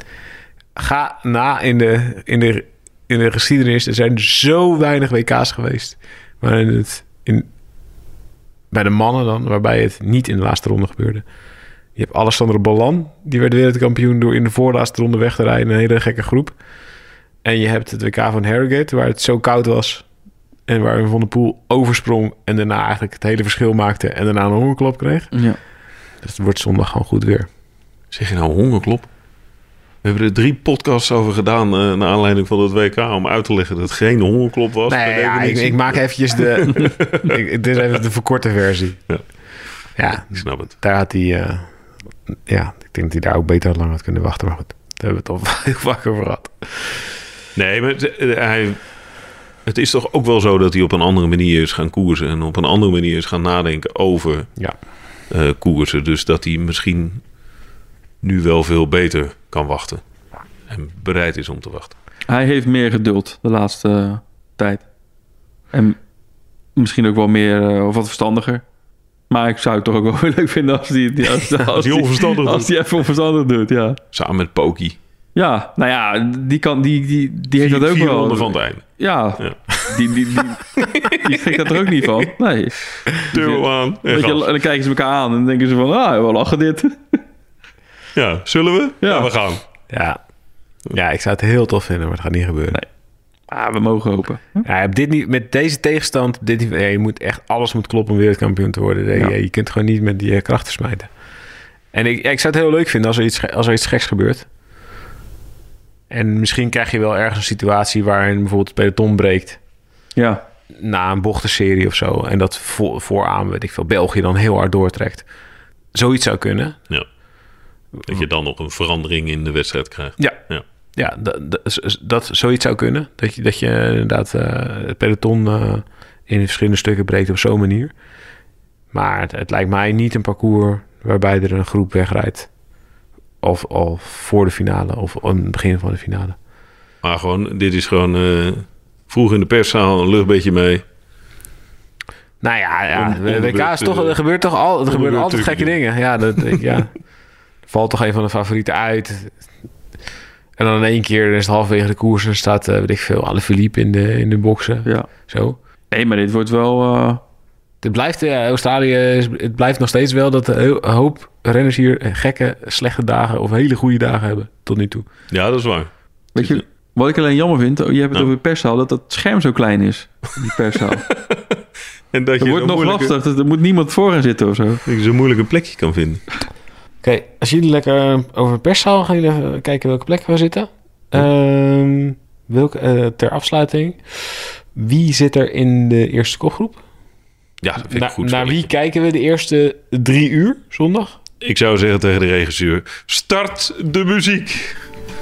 Ga na in de, in de, in de geschiedenis. Er zijn zo weinig W K's geweest. Waarin het in, bij de mannen dan, waarbij het niet in de laatste ronde gebeurde. Je hebt Alessandro Ballan, die werd wereldkampioen door in de voorlaatste ronde weg te rijden in een hele gekke groep. En je hebt het W K van Harrogate, waar het zo koud was. En waar Van der Poel oversprong en daarna eigenlijk het hele verschil maakte en daarna een hongerklop kreeg. Ja. Dus het wordt zondag gewoon goed weer. Zeg je nou hongerklop? We hebben er drie podcasts over gedaan uh, naar aanleiding van het W K om uit te leggen dat het geen hongerklop was. Nee, per ja, ik, definitie. ik maak eventjes de... ik, dit is even de verkorte versie. Ja. Ja, Ik snap het. daar had hij... uh, ja, ik denk dat hij daar ook beter had lang had kunnen wachten. Maar goed, daar hebben we het al heel vaak over gehad. Nee, maar het, hij, het is toch ook wel zo dat hij op een andere manier is gaan koersen en op een andere manier is gaan nadenken over Ja. uh, koersen. Dus dat hij misschien nu wel veel beter kan wachten en bereid is om te wachten. Hij heeft meer geduld de laatste uh, tijd. En misschien ook wel meer uh, of wat verstandiger. Maar ik zou het toch ook wel weer leuk vinden als hij die, als, als die onverstandig doet. Als hij even onverstandig doet, ja. Samen met Poki. Ja, nou ja, die, kan, die, die, die heeft Vier, dat ook vier wel. ronden van het einde. Ja, Ja. die, die, die, die schrikt dat er ook niet van. Nee. Turbo aan. En Weet je, gas. en dan kijken ze elkaar aan en dan denken ze van, ah, we lachen dit. Ja, zullen we? Ja, Ja. we gaan. Ja. Ja, ik zou het heel tof vinden, maar het gaat niet gebeuren. Nee. Ah, we mogen hopen. Ja, op dit niet, met deze tegenstand, op dit niveau, ja, je moet echt alles moet kloppen om wereldkampioen te worden. Je, Ja. je kunt gewoon niet met die uh, krachten smijten. En ik, ja, ik zou het heel leuk vinden als er, iets, ge- als er iets geks gebeurt. En misschien krijg je wel ergens een situatie waarin bijvoorbeeld het peloton breekt Ja, na een bochtenserie of zo. En dat voor, vooraan, weet ik veel, België dan heel hard doortrekt. Zoiets zou kunnen. Ja. Dat je dan nog een verandering in de wedstrijd krijgt. Ja. Ja. Ja, dat, dat, dat zoiets zou kunnen. Dat je, dat je inderdaad uh, het peloton uh, in verschillende stukken breekt op zo'n manier. Maar het, het lijkt mij niet een parcours waarbij er een groep wegrijdt. Of al voor de finale of aan het begin van de finale. Maar gewoon, dit is gewoon uh, vroeg in de perszaal, een luchtbeetje mee. Nou ja, ja On- de W K is toch, er gebeurt toch al, er gebeuren altijd gekke dingen. Ja, dat, ik, ja, er valt toch een van de favorieten uit. En dan in één keer is het halverwege de koers en staat, uh, weet ik veel, Alaphilippe in de, in de boksen. ja. Zo. Nee, maar dit wordt wel... Uh, Het blijft, ja, Australië, is- het blijft nog steeds wel dat een hoop renners hier gekke, slechte dagen of hele goede dagen hebben tot nu toe. Ja, dat is waar. weet je, wat ik alleen jammer vind, je hebt het Nou. over de perszaal, dat dat scherm zo klein is, die perszaal. En dat Het je wordt een nog moeilijke- lastig, dat er moet niemand voor gaan zitten of zo. dat je zo'n moeilijk een plekje kan vinden. Oké, als jullie lekker over een perszaal gaan jullie even kijken welke plek we zitten. Ehm, welke, eh, ter afsluiting, wie zit er in de eerste kopgroep? Ja, dat vind ik Na- goed. naar zo. wie kijken we de eerste drie uur zondag? Ik zou zeggen tegen de regisseur, start de muziek.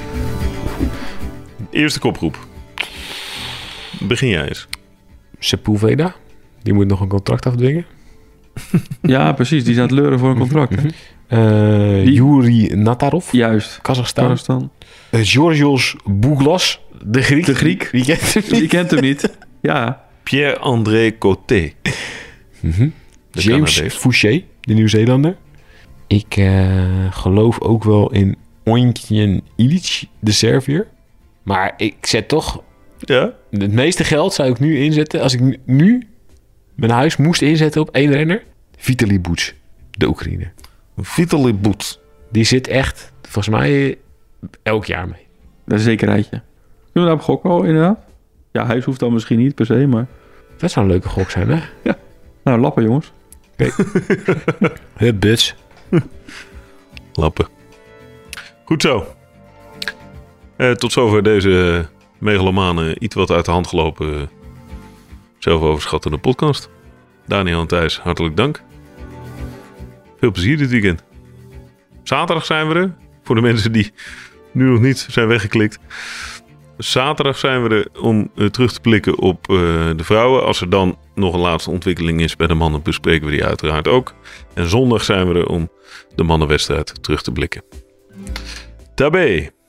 Eerste kopgroep. Begin jij eens. Sepulveda, die moet nog een contract afdwingen. Ja, precies, die is aan het leuren voor een contract. Hè? Uh, Die- Yuri Natarov, Juist. Kazachstan. Kazachstan. Uh, Georgios Bouglas, de Griek. De Griek. Wie kent hem Wie niet? kent hem niet? Ja. Pierre-André Coté. Mhm. De James Canadees. Fouché, de Nieuw-Zeelander. Ik uh, geloof ook wel in Ointjen Ilic, de Serviër. Maar ik zet toch... Ja? Het meeste geld zou ik nu inzetten... Als ik nu- nu mijn huis moest inzetten op één renner... Vitaly Buc, de Oekraïner. Vitaly Boet. Die zit echt, volgens mij, elk jaar mee. Dat is een zekerheidje. Kunnen we daarop gokken al, inderdaad? Ja, huis hoeft dan misschien niet per se, maar... Dat zou een leuke gok zijn, hè? Nou, lappen jongens. Hup, Buts. Lappen. Goed zo. Eh, tot zover deze megalomane, iets wat uit de hand gelopen zelfoverschattende podcast. Daniel en Thijs, hartelijk dank. Veel plezier dit weekend. Zaterdag zijn we er. Voor de mensen die nu nog niet zijn weggeklikt. Zaterdag zijn we er om uh, terug te blikken op uh, de vrouwen. Als er dan nog een laatste ontwikkeling is bij de mannen, bespreken we die uiteraard ook. En zondag zijn we er om de mannenwedstrijd terug te blikken. Tabé.